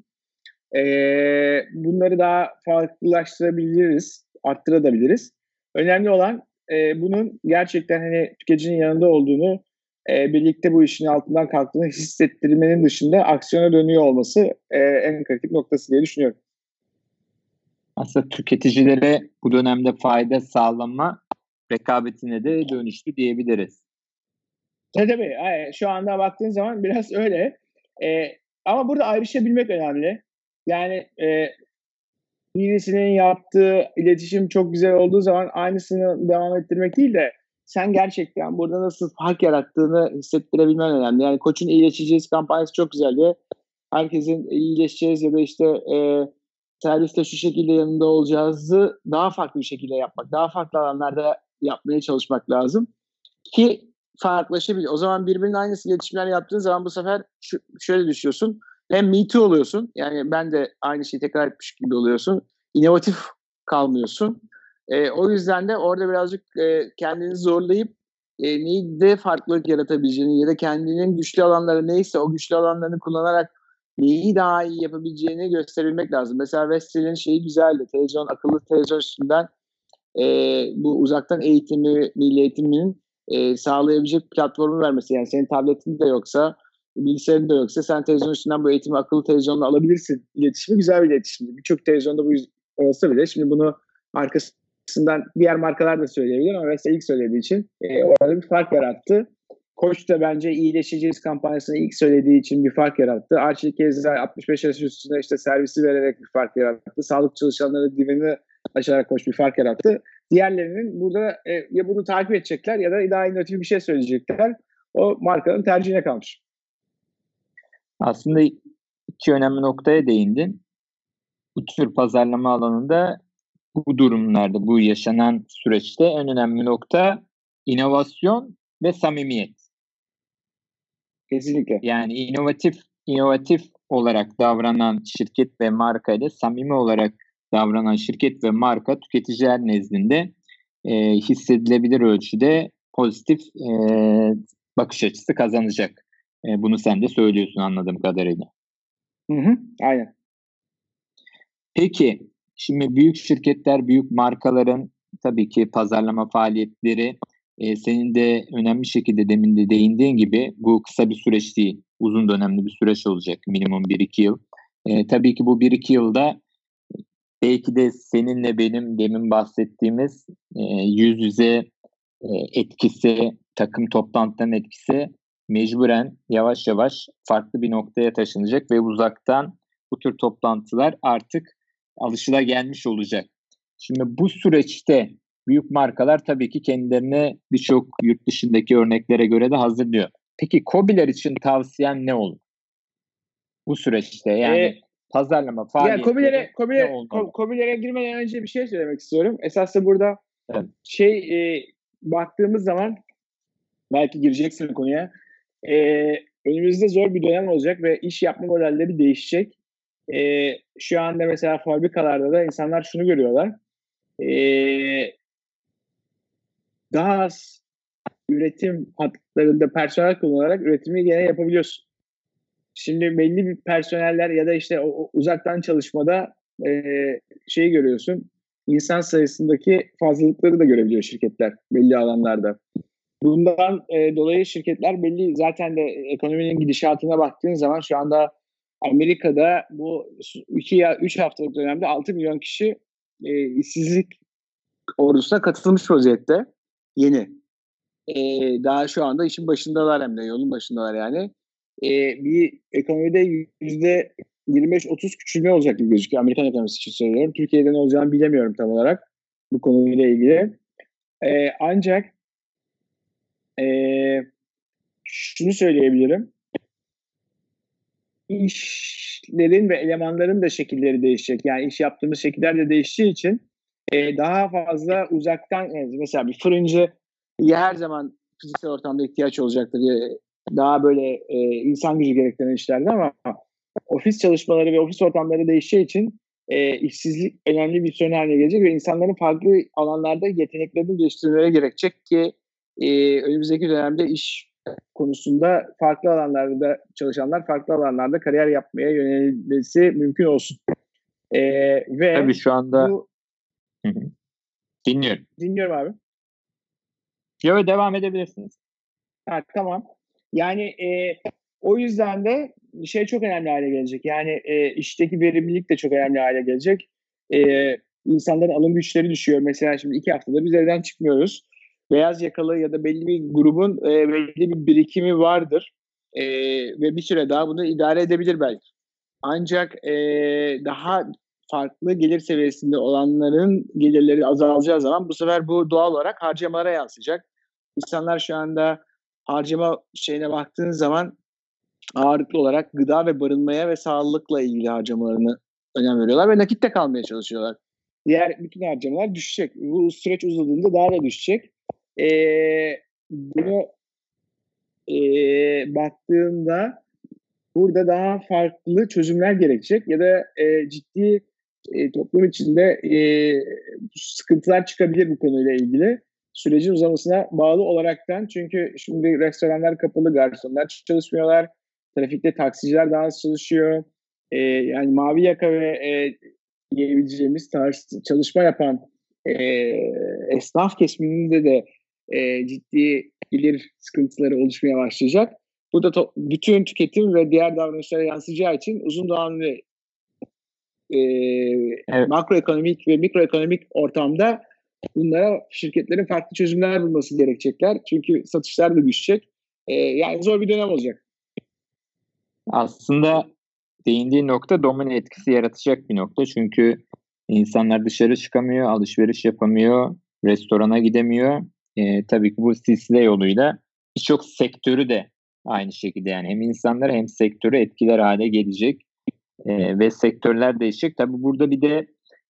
Speaker 3: Ee, bunları daha farklılaştırabiliriz, arttırabiliriz. Önemli olan e, bunun gerçekten hani tüketicinin yanında olduğunu, e, birlikte bu işin altından kalktığını hissettirmenin dışında aksiyona dönüyor olması e, en kritik noktası diye düşünüyorum.
Speaker 2: Aslında tüketicilere bu dönemde fayda sağlama rekabetine de dönüştü diyebiliriz.
Speaker 3: Tabii tabii. Şu anda baktığın zaman biraz öyle. E, ama burada ayrışabilmek önemli. Yani e, birisinin yaptığı iletişim çok güzel olduğu zaman aynısını devam ettirmek değil de sen gerçekten burada nasıl fark yarattığını hissettirebilmen önemli. Yani Koç'un iyileşeceğiz kampanyası çok güzel diye herkesin iyileşeceğiz ya da işte e, serviste şu şekilde yanında olacağızı daha farklı bir şekilde yapmak, daha farklı alanlarda yapmaya çalışmak lazım ki farklılaşabilir. O zaman birbirinin aynısı iletişimler yaptığın zaman bu sefer şu, şöyle düşüyorsun. Hem me too oluyorsun. Yani ben de aynı şeyi tekrar etmiş gibi oluyorsun. İnovatif kalmıyorsun. E, o yüzden de orada birazcık e, kendini zorlayıp e, neyi de farklılık yaratabileceğini ya da kendinin güçlü alanları neyse o güçlü alanlarını kullanarak neyi daha iyi yapabileceğini gösterebilmek lazım. Mesela Vestel'in şeyi güzeldi. Televizyon, akıllı televizyon üstünden e, bu uzaktan eğitimi, milli eğitiminin e, sağlayabilecek platformu vermesi. Yani senin tabletin de yoksa, bilgisayarın da yoksa sen televizyon üstünden bu eğitimi akıllı televizyonla alabilirsin. İletişimi güzel bir iletişim. Birçok televizyonda bu olsa bile şimdi bunu arkasında açısından diğer markalar da söyleyebilir ama Vestel ilk söylediği için e, orada bir fark yarattı. Koç da bence iyileşeceğiz kampanyasını ilk söylediği için bir fark yarattı. Arçelik Eczacı altmış beş yaş üstünde işte servisi vererek bir fark yarattı. Sağlık çalışanları divini aşarak Koç bir fark yarattı. Diğerlerinin burada e, ya bunu takip edecekler ya da daha inovatif bir şey söyleyecekler. O markanın tercihine kalmış.
Speaker 2: Aslında iki önemli noktaya değindin. Bu tür pazarlama alanında bu durumlarda, bu yaşanan süreçte en önemli nokta inovasyon ve samimiyet.
Speaker 3: Kesinlikle.
Speaker 2: Yani inovatif inovatif olarak davranan şirket ve marka ile samimi olarak davranan şirket ve marka tüketiciler nezdinde e, hissedilebilir ölçüde pozitif e, bakış açısı kazanacak. E, bunu sen de söylüyorsun anladığım kadarıyla.
Speaker 3: Hı hı, aynen.
Speaker 2: Peki, şimdi büyük şirketler, büyük markaların tabii ki pazarlama faaliyetleri e, senin de önemli şekilde demin de değindiğin gibi bu kısa bir süreç değil, uzun dönemli bir süreç olacak, minimum bir iki yıl. E, tabii ki bu bir iki yılda belki de seninle benim demin bahsettiğimiz e, yüz yüze e, etkisi, takım toplantılarının etkisi mecburen yavaş yavaş farklı bir noktaya taşınacak ve uzaktan bu tür toplantılar artık alışılagelmiş olacak. Şimdi bu süreçte büyük markalar tabii ki kendilerine birçok yurt dışındaki örneklere göre de hazırlıyor. Peki KOBİ'ler için tavsiyen ne olur? Bu süreçte yani
Speaker 3: ee,
Speaker 2: pazarlama faaliyetleri
Speaker 3: yani KOBİ'lere, KOBİ'lere,
Speaker 2: ne olmalı?
Speaker 3: KOBİ'lere girmeden önce bir şey söylemek istiyorum. Esasında burada
Speaker 2: Evet.
Speaker 3: şey e, baktığımız zaman belki gireceksin konuya. E, önümüzde zor bir dönem olacak ve iş yapma modelleri değişecek. E, şu anda mesela fabrikalarda da insanlar şunu görüyorlar. E, daha az üretim hatlarında personel kullanarak üretimi gene yapabiliyorsun. Şimdi belli bir personeller ya da işte o, o uzaktan çalışmada e, şeyi görüyorsun. İnsan sayısındaki fazlalıkları da görebiliyor şirketler belli alanlarda. Bundan e, dolayı şirketler belli zaten de ekonominin gidişatına baktığın zaman şu anda Amerika'da bu iki ya üç haftalık dönemde altı milyon kişi e, işsizlik ordusuna katılmış vaziyette. Yeni. E, daha şu anda işin başındalar hem de yolun başındalar yani. E, bir ekonomide yüzde yirmi beş otuz küçülme olacak gibi gözüküyor. Amerikan ekonomisi için söylüyorum. Türkiye'de ne olacağını bilemiyorum tam olarak bu konuyla ilgili. E, ancak e, şunu söyleyebilirim. İşlerin ve elemanların da şekilleri değişecek. Yani iş yaptığımız şekiller de değiştiği için e, daha fazla uzaktan yani mesela bir fırıncı her zaman fiziksel ortamda ihtiyaç olacaktır. Daha böyle e, insan gücü gerektiren işlerde ama ofis çalışmaları ve ofis ortamları değişeceği için e, işsizlik önemli bir sorun haline gelecek ve insanların farklı alanlarda yeteneklerini geliştirmeleri gerekecek ki e, önümüzdeki dönemde iş konusunda farklı alanlarda çalışanlar farklı alanlarda kariyer yapmaya yönelmesi mümkün olsun. E, ve
Speaker 2: Tabii şu anda
Speaker 3: bu...
Speaker 2: dinliyorum.
Speaker 3: Dinliyorum abi.
Speaker 2: Yo, devam edebilirsiniz.
Speaker 3: Ha, tamam. Yani e, o yüzden de şey çok önemli hale gelecek. Yani e, işteki verimlilik de çok önemli hale gelecek. E, insanların alım güçleri düşüyor. Mesela şimdi iki haftada biz evden çıkmıyoruz. Beyaz yakalı ya da belli bir grubun e, belli bir birikimi vardır. E, ve bir süre daha bunu idare edebilir belki. Ancak e, daha farklı gelir seviyesinde olanların gelirleri azalacağı zaman bu sefer bu doğal olarak harcamalara yansıyacak. İnsanlar şu anda harcama şeyine baktığın zaman ağırlıklı olarak gıda ve barınmaya ve sağlıkla ilgili harcamalarını önem veriyorlar ve nakitte kalmaya çalışıyorlar. Diğer bütün harcamalar düşecek. Bu süreç uzadığında daha da düşecek. Ee, bunu e, baktığında burada daha farklı çözümler gerekecek ya da e, ciddi e, toplum içinde e, sıkıntılar çıkabilir bu konuyla ilgili. Sürecin uzamasına bağlı olaraktan çünkü şimdi restoranlar kapalı, garsonlar çalışmıyorlar, trafikte taksiciler daha az çalışıyor. E, yani mavi yaka ve e, diyebileceğimiz tarz çalışma yapan e, esnaf kesiminde de e, ciddi gelir sıkıntıları oluşmaya başlayacak. Bu da to- bütün tüketim ve diğer davranışlara yansıyacağı için uzun dönemli e,
Speaker 2: evet.
Speaker 3: makroekonomik ve mikroekonomik ortamda bunlara şirketlerin farklı çözümler bulması gerekecekler. Çünkü satışlar da düşecek. Ee, yani zor bir dönem olacak.
Speaker 2: Aslında değindiği nokta domino etkisi yaratacak bir nokta. Çünkü insanlar dışarı çıkamıyor, alışveriş yapamıyor, restorana gidemiyor. Ee, tabii ki bu silsile yoluyla birçok sektörü de aynı şekilde, yani hem insanları hem sektörü etkiler hale gelecek. Ee, ve sektörler değişecek. Tabii burada bir de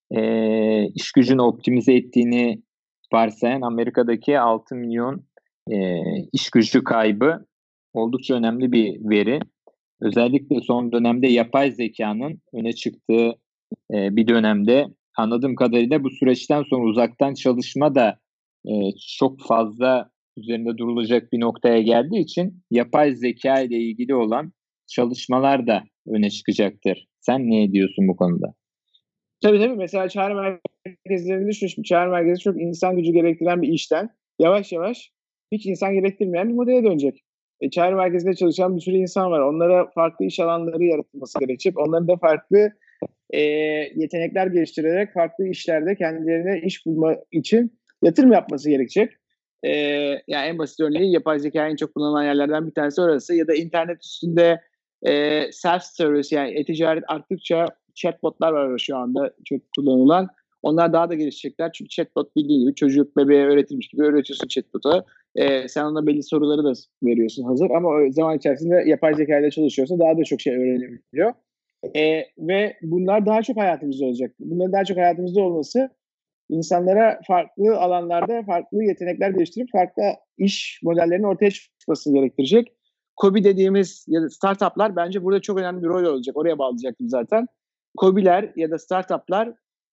Speaker 2: e, iş gücünü optimize ettiğini varsayan Amerika'daki altı milyon e, iş gücü kaybı oldukça önemli bir veri. Özellikle son dönemde yapay zekanın öne çıktığı e, bir dönemde anladığım kadarıyla bu süreçten sonra uzaktan çalışma da e, çok fazla üzerinde durulacak bir noktaya geldiği için yapay zeka ile ilgili olan çalışmalar da öne çıkacaktır. Sen ne diyorsun bu konuda?
Speaker 3: Tabii tabii. Mesela çağrı merkezlerini düşün. Şimdi çağrı merkezi çok insan gücü gerektiren bir işten yavaş yavaş hiç insan gerektirmeyen bir modele dönecek. E, çağrı merkezinde çalışan bir sürü insan var. Onlara farklı iş alanları yaratılması gerekecek. Onların da farklı e, yetenekler geliştirerek farklı işlerde kendilerine iş bulma için yatırım yapması gerekecek. E, yani en basit örneği yapay zeka en çok kullanılan yerlerden bir tanesi orası. Ya da internet üstünde e, self-service, yani e-ticaret arttıkça chatbotlar var şu anda çok kullanılan. Onlar daha da gelişecekler. Çünkü chatbot bildiğin gibi çocuk bebeğe öğretilmiş gibi öğretiyorsun chatbot'a. Ee, sen ona belli soruları da veriyorsun hazır. Ama o zaman içerisinde yapay zeka ile çalışıyorsa daha da çok şey öğrenebiliyor. Ee, ve bunlar daha çok hayatımızda olacak. Bunların daha çok hayatımızda olması insanlara farklı alanlarda farklı yetenekler geliştirip farklı iş modellerinin ortaya çıkmasını gerektirecek. KOBİ dediğimiz ya da startuplar bence burada çok önemli bir rol olacak. Oraya bağlayacaktım zaten. KOBİ'ler ya da startuplar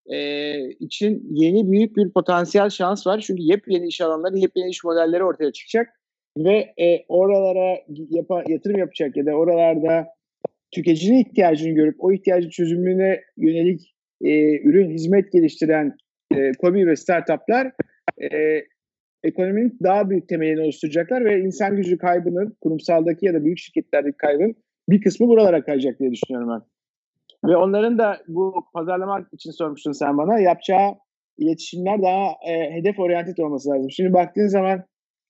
Speaker 3: e, için yeni büyük bir potansiyel şans var. Çünkü yepyeni iş alanları, yepyeni iş modelleri ortaya çıkacak. Ve e, oralara yap- yatırım yapacak ya da oralarda tüketicinin ihtiyacını görüp o ihtiyacın çözümüne yönelik e, ürün, hizmet geliştiren e, KOBİ ve startuplar e, ekonominin daha büyük temelini oluşturacaklar ve insan gücü kaybının, kurumsaldaki ya da büyük şirketlerdeki kaybın bir kısmı buralara kayacak diye düşünüyorum ben. Ve onların da bu pazarlamak için sormuştun sen bana, yapacağı iletişimler daha e, hedef oryanted olması lazım. Şimdi baktığın zaman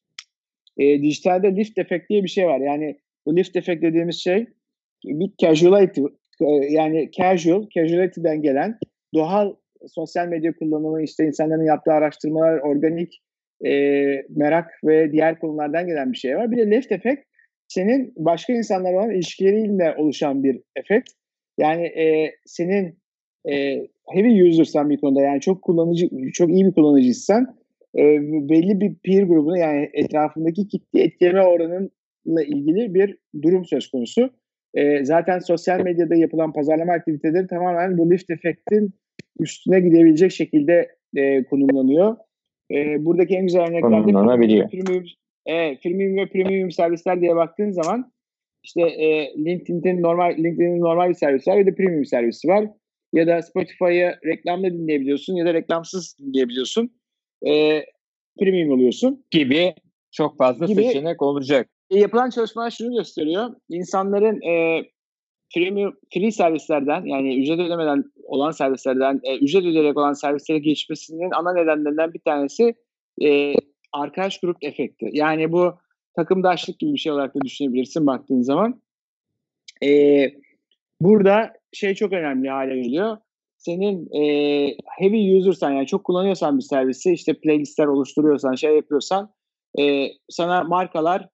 Speaker 3: e, dijitalde lift effect diye bir şey var. Yani bu lift effect dediğimiz şey bir casuality, e, yani casual, casuality'den gelen doğal sosyal medya kullanımı, işte insanların yaptığı araştırmalar, organik e, merak ve diğer konulardan gelen bir şey var. Bir de left effect, senin başka insanlarla olan ilişkileriyle oluşan bir efekt. Yani e, senin e, heavy user'san bir konuda, yani çok kullanıcı, çok iyi bir kullanıcıysan e, belli bir peer grubunu, yani etrafındaki kitle etkileme oranıyla ilgili bir durum söz konusu. E, zaten sosyal medyada yapılan pazarlama aktiviteleri tamamen bu lift efektin üstüne gidebilecek şekilde e, konumlanıyor. E, buradaki en güzel örneklerde premium, e, premium ve premium servisler diye baktığın zaman işte e, LinkedIn'in normal LinkedIn'in normal bir servisi var, bir de premium servisi var. Ya da Spotify'ı reklamla dinleyebiliyorsun ya da reklamsız dinleyebiliyorsun. E, premium oluyorsun
Speaker 2: Gibi çok fazla
Speaker 3: gibi
Speaker 2: seçenek olacak.
Speaker 3: E, yapılan çalışmalar şunu gösteriyor. İnsanların e, premium, free servislerden, yani ücret ödemeden olan servislerden e, ücret ödeyerek olan servislere geçmesinin ana nedenlerinden bir tanesi e, arkadaş grup efekti. Yani bu takımdaşlık gibi bir şey olarak da düşünebilirsin baktığın zaman. E, burada şey çok önemli hale geliyor. Senin e, heavy user'san, yani çok kullanıyorsan bir servisi, işte playlistler oluşturuyorsan, şey yapıyorsan, e, sana markalar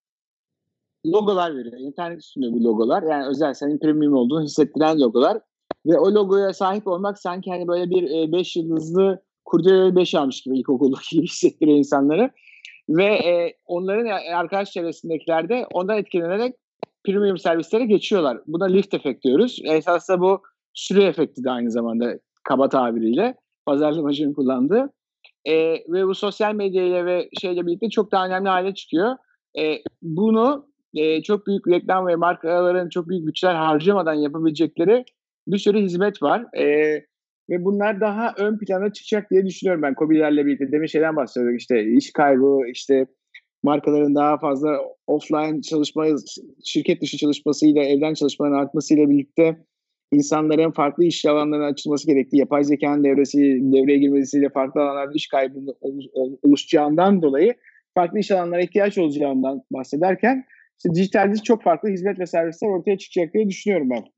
Speaker 3: logolar veriyor. İnternet üstünde bu logolar. Yani özel, senin premium olduğunu hissettiren logolar. Ve o logoya sahip olmak sanki hani böyle bir beş e, yıldızlı kurdele beş almış gibi, ilkokuldaki gibi hissettiriyor insanları. Ve e, onların arkadaş çevresindekiler de ondan etkilenerek premium servislere geçiyorlar. Buna lift efekt diyoruz. Esasında bu sürü efekti de aynı zamanda, kaba tabiriyle pazarlamacının kullandığı. E, ve bu sosyal medyayla ve şeyle birlikte çok daha önemli hale çıkıyor. E, bunu e, çok büyük reklam ve markaların çok büyük güçler harcamadan yapabilecekleri bir sürü hizmet var. E, ve bunlar daha ön plana çıkacak diye düşünüyorum ben. KOBİ'lerle birlikte demin şeyden bahsediyorduk, işte iş kaybı, işte markaların daha fazla offline çalışma, şirket dışı çalışmasıyla evden çalışmanın artmasıyla birlikte insanların farklı iş alanlarına açılması gerektiği, yapay zekanın devresi, devreye girmesiyle farklı alanlarda iş kaybının oluşacağından dolayı farklı iş alanlarına ihtiyaç olacağından bahsederken işte dijitalde çok farklı hizmet ve servisler ortaya çıkacak diye düşünüyorum ben.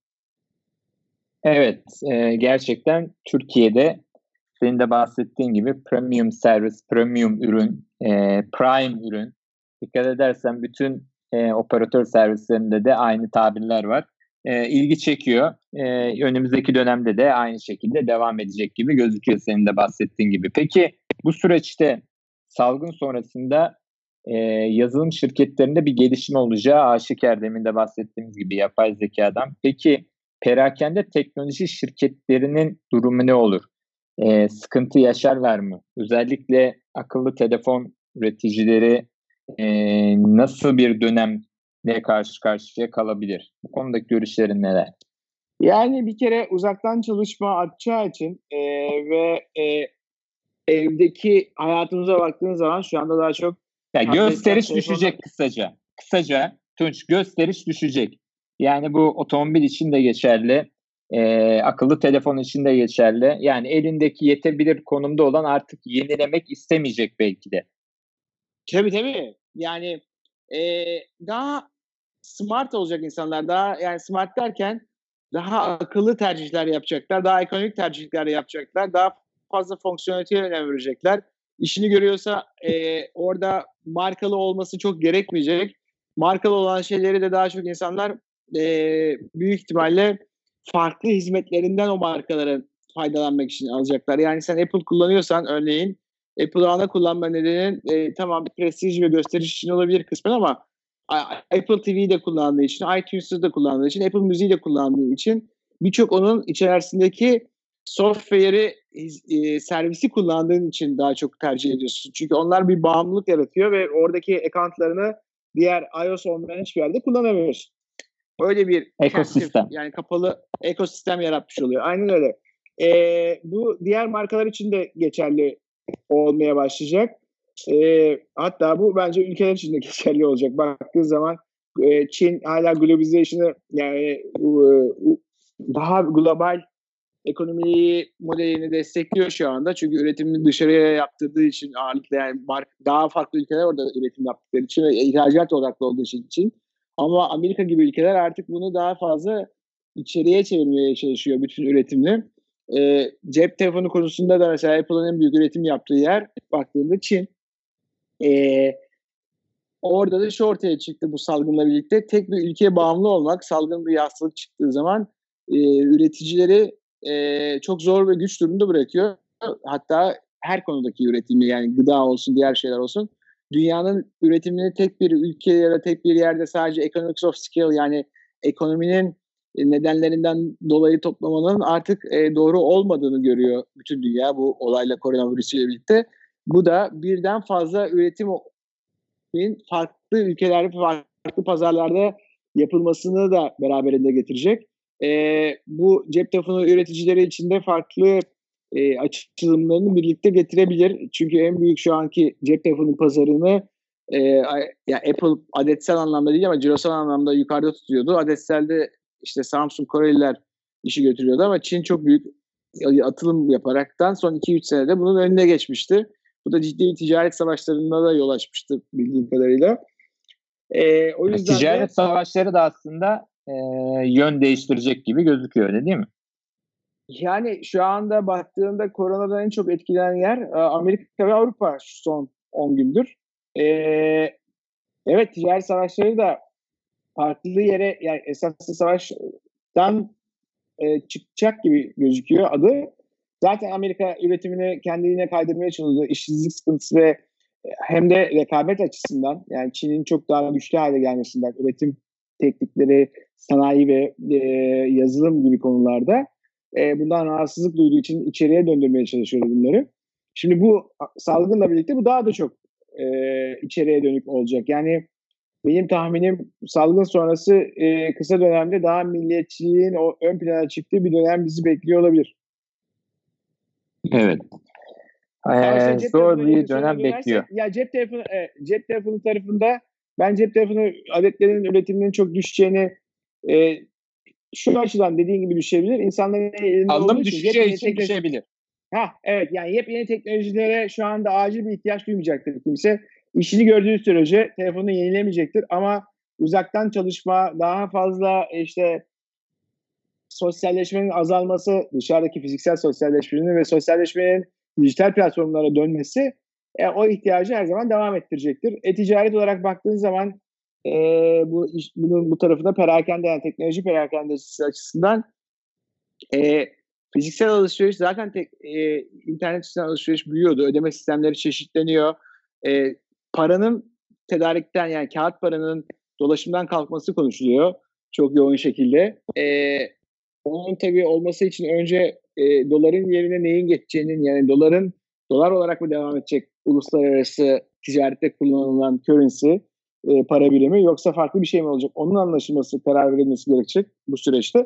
Speaker 2: Evet, e, gerçekten Türkiye'de senin de bahsettiğin gibi premium servis, premium ürün, e, prime ürün. Dikkat edersen bütün e, operatör servislerinde de aynı tabirler var. E, ilgi çekiyor. E, önümüzdeki dönemde de aynı şekilde devam edecek gibi gözüküyor senin de bahsettiğin gibi. Peki bu süreçte salgın sonrasında e, yazılım şirketlerinde bir gelişme olacağı aşikar, demin de bahsettiğimiz gibi yapay zekadan. Peki perakende teknoloji şirketlerinin durumu ne olur? E, sıkıntı yaşarlar mı? Özellikle akıllı telefon üreticileri e, nasıl bir dönemle karşı karşıya kalabilir? Bu konudaki görüşlerin neler?
Speaker 3: Yani bir kere uzaktan çalışma artacağı için e, ve e, evdeki hayatımıza baktığın zaman şu anda daha çok
Speaker 2: ya gösteriş
Speaker 3: telefonlar...
Speaker 2: düşecek kısaca. Kısaca Tunç, gösteriş düşecek. Yani bu otomobil için de geçerli. E, akıllı telefon için de geçerli. Yani elindeki yetebilir konumda olan artık yenilemek istemeyecek belki de.
Speaker 3: Tabii tabii. Yani e, daha smart olacak insanlar. Daha yani smart derken daha akıllı tercihler yapacaklar. Daha ekonomik tercihler yapacaklar. Daha fazla fonksiyoneliteye önem verecekler. İşini görüyorsa e, orada markalı olması çok gerekmeyecek. Markalı olan şeyleri de daha çok insanlar e, büyük ihtimalle farklı hizmetlerinden o markaların faydalanmak için alacaklar. Yani sen Apple kullanıyorsan örneğin Apple ana kullanma nedenin e, tamam prestij ve gösteriş için olabilir kısmen ama Apple T V'yi de kullandığı için, iTunes'u da kullandığı için, Apple Müziği de kullandığı için birçok onun içerisindeki software'i e, servisi kullandığın için daha çok tercih ediyorsun. Çünkü onlar bir bağımlılık yaratıyor ve oradaki account'larını diğer iOS olmayan hiçbir yerde kullanamıyorsun. Öyle bir
Speaker 2: ekosistem.
Speaker 3: Captive, yani kapalı ekosistem yaratmış oluyor. Aynen öyle. Ee, bu diğer markalar için de geçerli olmaya başlayacak. Ee, hatta bu bence ülkeler için de geçerli olacak. Baktığın zaman e, Çin hala globalization'ı yani e, daha global ekonomi modelini destekliyor şu anda. Çünkü üretimini dışarıya yaptırdığı için ağırlıklı yani daha farklı ülkeler orada üretim yaptıkları için ve ihracat odaklı olduğu için. Ama Amerika gibi ülkeler artık bunu daha fazla içeriye çevirmeye çalışıyor bütün üretimini. E, cep telefonu konusunda da mesela Apple'ın en büyük üretim yaptığı yer baktığında Çin. E, orada da şu ortaya çıktı bu salgınla birlikte. Tek bir ülkeye bağımlı olmak, salgın bir hastalık çıktığı zaman e, üreticileri e, çok zor ve güç durumda bırakıyor. Hatta her konudaki üretimi yani gıda olsun, diğer şeyler olsun. Dünyanın üretimini tek bir ülke ya da tek bir yerde sadece economics of scale yani ekonominin nedenlerinden dolayı toplamanın artık e, doğru olmadığını görüyor bütün dünya bu olayla koronavirüsüyle birlikte. Bu da birden fazla üretimin farklı ülkelerde, farklı pazarlarda yapılmasını da beraberinde getirecek. E, bu cep telefonu üreticileri için de farklı e, açılımlarını birlikte getirebilir. Çünkü en büyük şu anki cep telefonu pazarını e, ya Apple adetsel anlamda değil ama cirosal anlamda yukarıda tutuyordu. Adetselde işte Samsung, Koreliler işi götürüyordu ama Çin çok büyük atılım yaparaktan son iki üç senede bunun önüne geçmişti. Bu da ciddi ticaret savaşlarına da yol açmıştı bildiğim kadarıyla. E, o yüzden
Speaker 2: ticaret
Speaker 3: de,
Speaker 2: savaşları da aslında e, yön değiştirecek gibi gözüküyor öyle değil mi?
Speaker 3: Yani şu anda baktığında koronadan en çok etkilenen yer Amerika ve Avrupa şu son on gündür. Ee, evet ticaret savaşları da farklı yere yani esaslı savaştan e, çıkacak gibi gözüküyor adı. Zaten Amerika üretimini kendine kaydırmaya çalışıyor. İşsizlik sıkıntısı ve hem de rekabet açısından yani Çin'in çok daha güçlü hale gelmesinden üretim teknikleri, sanayi ve e, yazılım gibi konularda e, bundan rahatsızlık duyduğu için içeriye döndürmeye çalışıyor bunları. Şimdi bu salgınla birlikte bu daha da çok e, içeriye dönük olacak. Yani benim tahminim salgın sonrası e, kısa dönemde daha milliyetçiliğin o ön plana çıktığı bir dönem bizi bekliyor olabilir.
Speaker 2: Evet. Ee, zor bir dönem bekliyor.
Speaker 3: Ya cep telefonu e, cep telefonu tarafında ben cep telefonu adetlerinin üretiminin çok düşeceğini e, şu açıdan dediğin gibi düşebilir. İnsanların elinde
Speaker 2: Alım
Speaker 3: olduğu için
Speaker 2: düşeceği
Speaker 3: yepyeni
Speaker 2: için
Speaker 3: teknoloji-
Speaker 2: düşebilir.
Speaker 3: Ha evet, yani yepyeni teknolojilere şu anda acil bir ihtiyaç duymayacaktır kimse. İşini gördüğü sürece telefonunu yenilemeyecektir ama uzaktan çalışma, daha fazla işte sosyalleşmenin azalması, dışarıdaki fiziksel sosyalleşmenin ve sosyalleşmenin dijital platformlara dönmesi e, o ihtiyacı her zaman devam ettirecektir. E-ticaret olarak baktığın zaman e, bu iş, bunun bu tarafında perakende, yani teknoloji perakendesi açısından e, fiziksel alışveriş zaten tek, e, internet üzerinden alışveriş büyüyordu. Ödeme sistemleri çeşitleniyor. E, paranın tedarikten, yani kağıt paranın dolaşımdan kalkması konuşuluyor çok yoğun şekilde. E, onun tabii olması için önce e, doların yerine neyin geçeceğinin, yani doların dolar olarak mı devam edecek uluslararası ticarette kullanılan currency, e, para birimi, yoksa farklı bir şey mi olacak? Onun anlaşılması, karar verilmesi gerekecek bu süreçte.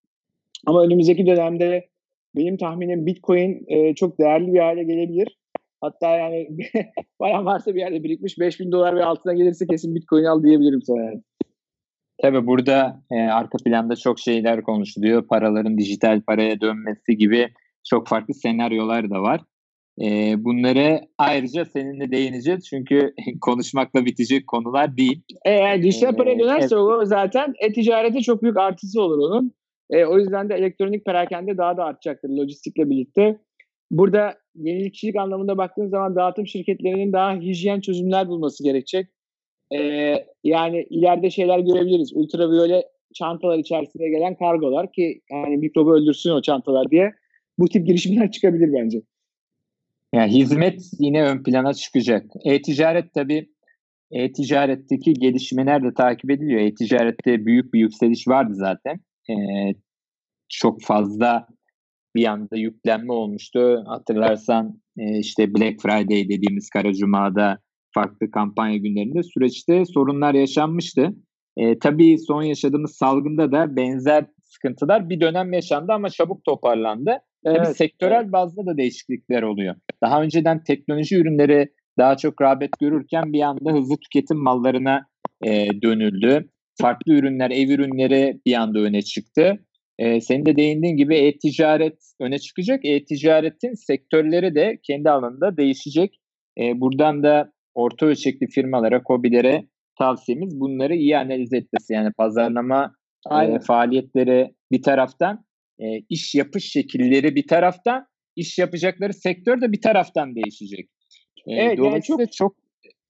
Speaker 3: Ama önümüzdeki dönemde benim tahminim Bitcoin e, çok değerli bir hale gelebilir. Hatta yani param varsa bir yerde birikmiş beş bin dolar ve altına gelirse kesin Bitcoin al diyebilirim sana yani.
Speaker 2: Tabii burada e, arka planda çok şeyler konuşuluyor. Paraların dijital paraya dönmesi gibi çok farklı senaryolar da var. E, bunları ayrıca seninle değineceğiz. Çünkü konuşmakla bitecek konular değil.
Speaker 3: Eğer dijital paraya dönerse
Speaker 2: evet.
Speaker 3: o zaten e-ticarete çok büyük artısı olur onun. E, o yüzden de elektronik perakende daha da artacaktır lojistikle birlikte. Burada yenilikçilik anlamında baktığın zaman dağıtım şirketlerinin daha hijyen çözümler bulması gerekecek. E, yani ileride şeyler görebiliriz. Ultraviyole çantalar içerisinde gelen kargolar ki yani mikrobu öldürsün o çantalar diye. Bu tip girişimler çıkabilir bence.
Speaker 2: Yani hizmet yine ön plana çıkacak. E-ticaret tabii, e-ticaretteki gelişmeler de takip ediliyor. E-ticarette büyük bir yükseliş vardı zaten. Ee, çok fazla bir anda yüklenme olmuştu. Hatırlarsan e, işte Black Friday dediğimiz Kara Cuma'da, farklı kampanya günlerinde süreçte sorunlar yaşanmıştı. E, tabii son yaşadığımız salgında da benzer sıkıntılar bir dönem yaşandı ama çabuk toparlandı. Evet, tabii sektörel evet. bazda da değişiklikler oluyor. Daha önceden teknoloji ürünleri daha çok rağbet görürken bir anda hızlı tüketim mallarına e, dönüldü. Farklı ürünler, ev ürünleri bir anda öne çıktı. Ee, senin de değindiğin gibi e-ticaret öne çıkacak. E-ticaretin sektörleri de kendi alanında değişecek. Ee, buradan da orta ölçekli firmalara, KOBİ'lere tavsiyemiz bunları iyi analiz etmesi. Yani pazarlama e, faaliyetleri bir taraftan, e, iş yapış şekilleri bir taraftan, iş yapacakları sektör de bir taraftan değişecek. E,
Speaker 3: evet,
Speaker 2: dolayısıyla
Speaker 3: yani çok,
Speaker 2: çok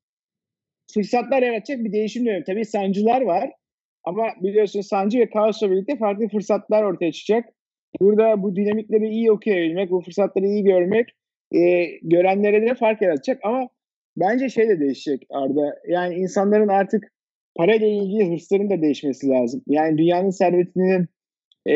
Speaker 3: fırsatlar yaratacak bir değişim dönemi. Tabii sancılar var. Ama biliyorsun sancı ve kaosla birlikte farklı fırsatlar ortaya çıkacak. Burada bu dinamikleri iyi okuyabilmek, bu fırsatları iyi görmek e, görenlere de fark yaratacak. Ama bence şey de değişecek Arda. Yani insanların artık parayla ilgili hırsların da değişmesi lazım. Yani dünyanın servetinin e,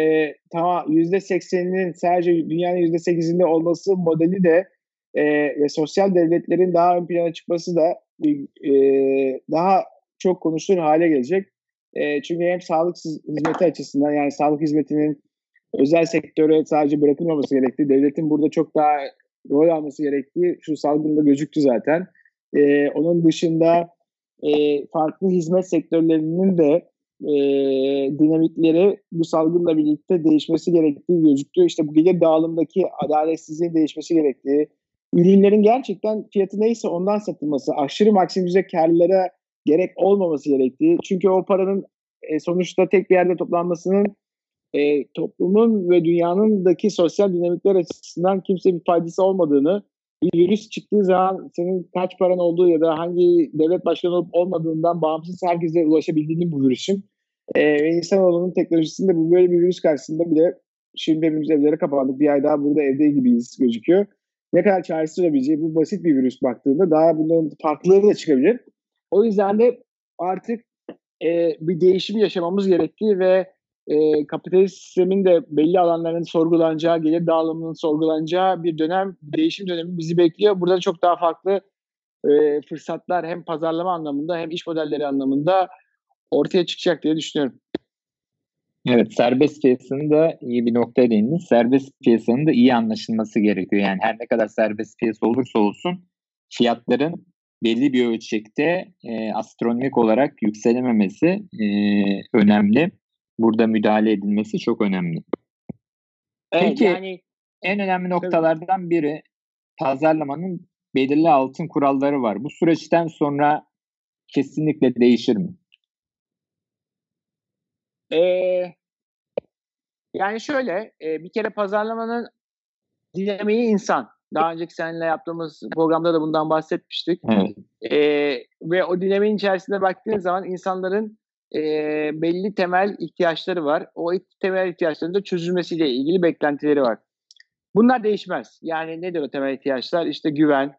Speaker 3: tamam yüzde sekseninin sadece dünyanın yüzde sekizinde olması modeli de e, ve sosyal devletlerin daha ön plana çıkması da e, daha çok konuşulur hale gelecek. E, çünkü hem sağlık hizmeti açısından, yani sağlık hizmetinin özel sektöre sadece bırakılmaması gerektiği, devletin burada çok daha rol alması gerektiği şu salgında gözüktü zaten. E, onun dışında e, farklı hizmet sektörlerinin de e, dinamikleri bu salgınla birlikte değişmesi gerektiği gözüktü. İşte bu gelir dağılımdaki adaletsizliğin değişmesi gerektiği, ürünlerin gerçekten fiyatı neyse ondan satılması, aşırı maksimize karlara gerek olmaması gerektiği. Çünkü o paranın e, sonuçta tek bir yerde toplanmasının e, toplumun ve dünyanındaki sosyal dinamikler açısından kimse bir faydası olmadığını, bir virüs çıktığı zaman senin kaç paran olduğu ya da hangi devlet başkanı olup olmadığından bağımsız herkese ulaşabildiğini bu virüsün. E, ve insanoğlunun teknolojisinde bu böyle bir virüs karşısında bile şimdi hepimiz evlere kapandık. Bir ay daha burada evde gibiyiz gözüküyor. Ne kadar çaresiz olabileceği, bu basit bir virüs baktığında daha bunların farklıları da çıkabilir. O yüzden de artık e, bir değişim yaşamamız gerektiği ve e, kapitalist sistemin de belli alanların sorgulanacağı, gelir dağılımının sorgulanacağı bir dönem, bir değişim dönemi bizi bekliyor. Burada çok daha farklı e, fırsatlar hem pazarlama anlamında hem iş modelleri anlamında ortaya çıkacak diye düşünüyorum.
Speaker 2: Evet, serbest piyasanın da iyi bir noktaya değindiniz. Serbest piyasanın da iyi anlaşılması gerekiyor. Yani her ne kadar serbest piyasa olursa olsun fiyatların belli bir ölçekte e, astronomik olarak yükselememesi e, önemli. burada müdahale edilmesi çok önemli.
Speaker 3: Evet,
Speaker 2: Peki
Speaker 3: yani
Speaker 2: en önemli noktalardan biri pazarlamanın belirli altın kuralları var. Bu süreçten sonra kesinlikle değişir mi?
Speaker 3: Ee, yani şöyle, e, bir kere pazarlamanın dinamiği insan. Daha önceki seninle yaptığımız programda da bundan bahsetmiştik.
Speaker 2: Evet.
Speaker 3: Ee, ve o dinamiğin içerisinde baktığın zaman insanların e, belli temel ihtiyaçları var. O temel ihtiyaçların da çözülmesiyle ilgili beklentileri var. Bunlar değişmez. Yani nedir o temel ihtiyaçlar? İşte güven,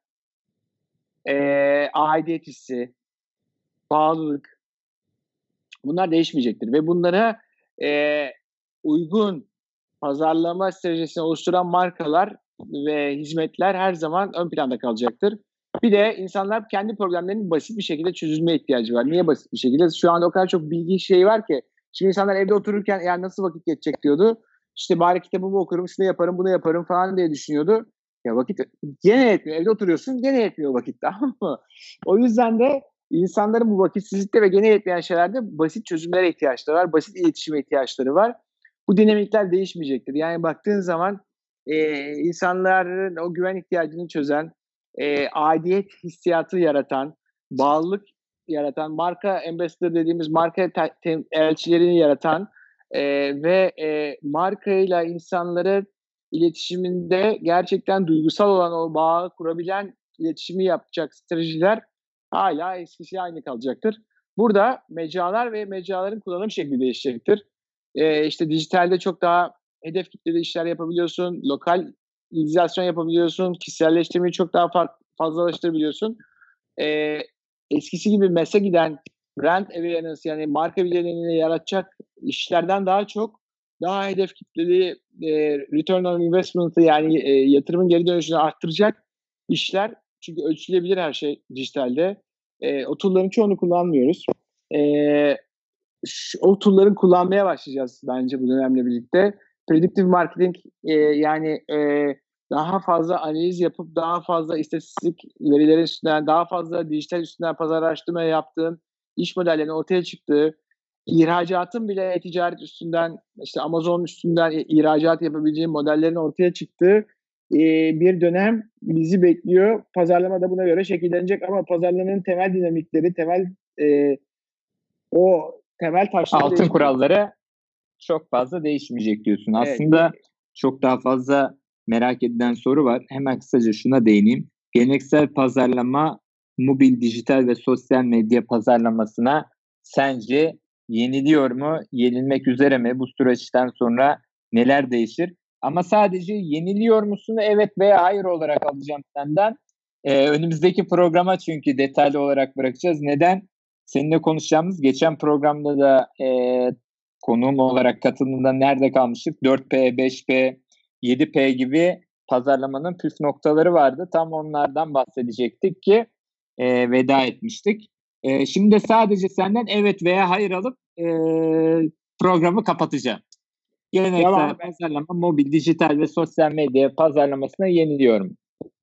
Speaker 3: e, aidiyet hissi, bağlılık. Bunlar değişmeyecektir. Ve bunlara e, uygun pazarlama stratejisini oluşturan markalar ve hizmetler her zaman ön planda kalacaktır. Bir de insanlar kendi problemlerinin basit bir şekilde çözülmeye ihtiyacı var. Niye basit bir şekilde? Şu anda o kadar çok bilgi şey var ki. Şimdi insanlar evde otururken yani nasıl vakit geçecek diyordu. İşte bari kitabımı okurum, şunu yaparım, bunu yaparım falan diye düşünüyordu. Ya vakit gene yetmiyor. Evde oturuyorsun gene yetmiyor vakit, tamam mı? O yüzden de insanların bu vakitsizlikte ve gene yetmeyen şeylerde basit çözümlere ihtiyaçları var. Basit iletişime ihtiyaçları var. Bu dinamikler değişmeyecektir. Yani baktığın zaman e, insanların o güven ihtiyacını çözen, e, aidiyet hissiyatı yaratan, bağlılık yaratan, marka ambassador dediğimiz marka te- te- elçilerini yaratan e, ve e, markayla insanların iletişiminde gerçekten duygusal olan o bağı kurabilen iletişimi yapacak stratejiler hala eskisi aynı kalacaktır. Burada mecralar ve mecraların kullanım şekli değişecektir. Ee, işte dijitalde çok daha hedef kitleli işler yapabiliyorsun, lokal izlasyon yapabiliyorsun, kişiselleştirmeyi çok daha fa- fazlalaştırabiliyorsun. Ee, eskisi gibi mese giden brand awareness yani marka bilinirliğini yaratacak işlerden daha çok daha hedef kitleli e, return on investment'ı yani e, yatırımın geri dönüşünü arttıracak işler. Çünkü ölçülebilir her şey dijitalde. E, o tool'ların çoğunu kullanmıyoruz. E, şu, o tool'ların kullanmaya başlayacağız bence bu dönemle birlikte. Predictive marketing e, yani e, daha fazla analiz yapıp daha fazla istatistik verileri üstünden, daha fazla dijital üstünden pazar araştırma yaptığın iş modellerinin ortaya çıktığı, ihracatın bile e-ticaret üstünden, işte Amazon üstünden ihracat yapabileceğin modellerin ortaya çıktığı e, bir dönem bizi bekliyor. Pazarlama da buna göre şekillenecek ama pazarlamanın temel dinamikleri, temel e, o temel taşları
Speaker 2: Altın
Speaker 3: değişmeyecek.
Speaker 2: kuralları çok fazla değişmeyecek diyorsun.
Speaker 3: Evet.
Speaker 2: Aslında çok daha fazla merak edilen soru var. Hemen kısaca şuna değineyim. Geleneksel pazarlama, mobil, dijital ve sosyal medya pazarlamasına sence yeniliyor mu, yenilmek üzere mi? Bu süreçten sonra neler değişir? Ama sadece yeniliyor musun, evet veya hayır olarak alacağım senden. Ee, önümüzdeki programa çünkü detaylı olarak bırakacağız. Neden? Seninle konuşacağımız geçen programda da e, konuğum olarak katıldığında nerede kalmıştık? dört P, beş P, yedi P gibi pazarlamanın püf noktaları vardı. Tam onlardan bahsedecektik ki e, veda etmiştik. E, şimdi de sadece senden evet veya hayır alıp e, programı kapatacağım. Geleneksel
Speaker 3: Tamam.
Speaker 2: pazarlama, mobil, dijital ve sosyal medya pazarlamasına yeniliyorum.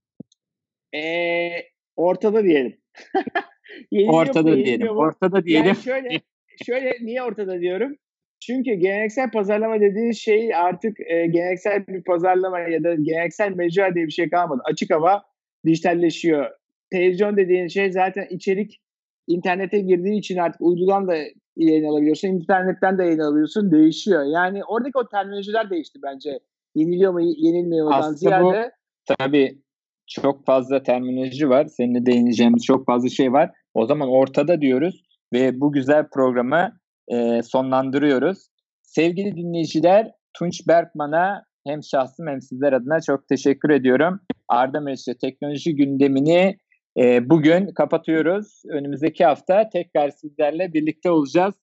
Speaker 3: Ee, ortada diyelim. Yeniliyor mu,
Speaker 2: Ortada
Speaker 3: yenilmiyor
Speaker 2: diyelim.
Speaker 3: mu?
Speaker 2: Ortada diyelim.
Speaker 3: Yani şöyle, şöyle niye ortada diyorum? Çünkü geleneksel pazarlama dediğin şey artık e, geleneksel bir pazarlama ya da geleneksel mecra diye bir şey kalmadı. Açık hava dijitalleşiyor. Televizyon dediğin şey zaten içerik internete girdiği için artık uydudan da yayın alabiliyorsun, internetten de yayın alabiliyorsun. Değişiyor. Yani oradaki o terminolojiler değişti bence. Yeniliyor mu, yenilmiyor mu'dan
Speaker 2: Aslında
Speaker 3: ziyade.
Speaker 2: Bu, tabii çok fazla terminoloji var. Seninle değineceğimiz çok fazla şey var. O zaman ortada diyoruz ve bu güzel programı e, sonlandırıyoruz. Sevgili dinleyiciler, Tunç Berkman'a hem şahsım hem sizler adına çok teşekkür ediyorum. Arda Meriç'le teknoloji gündemini e, bugün kapatıyoruz. Önümüzdeki hafta tekrar sizlerle birlikte olacağız.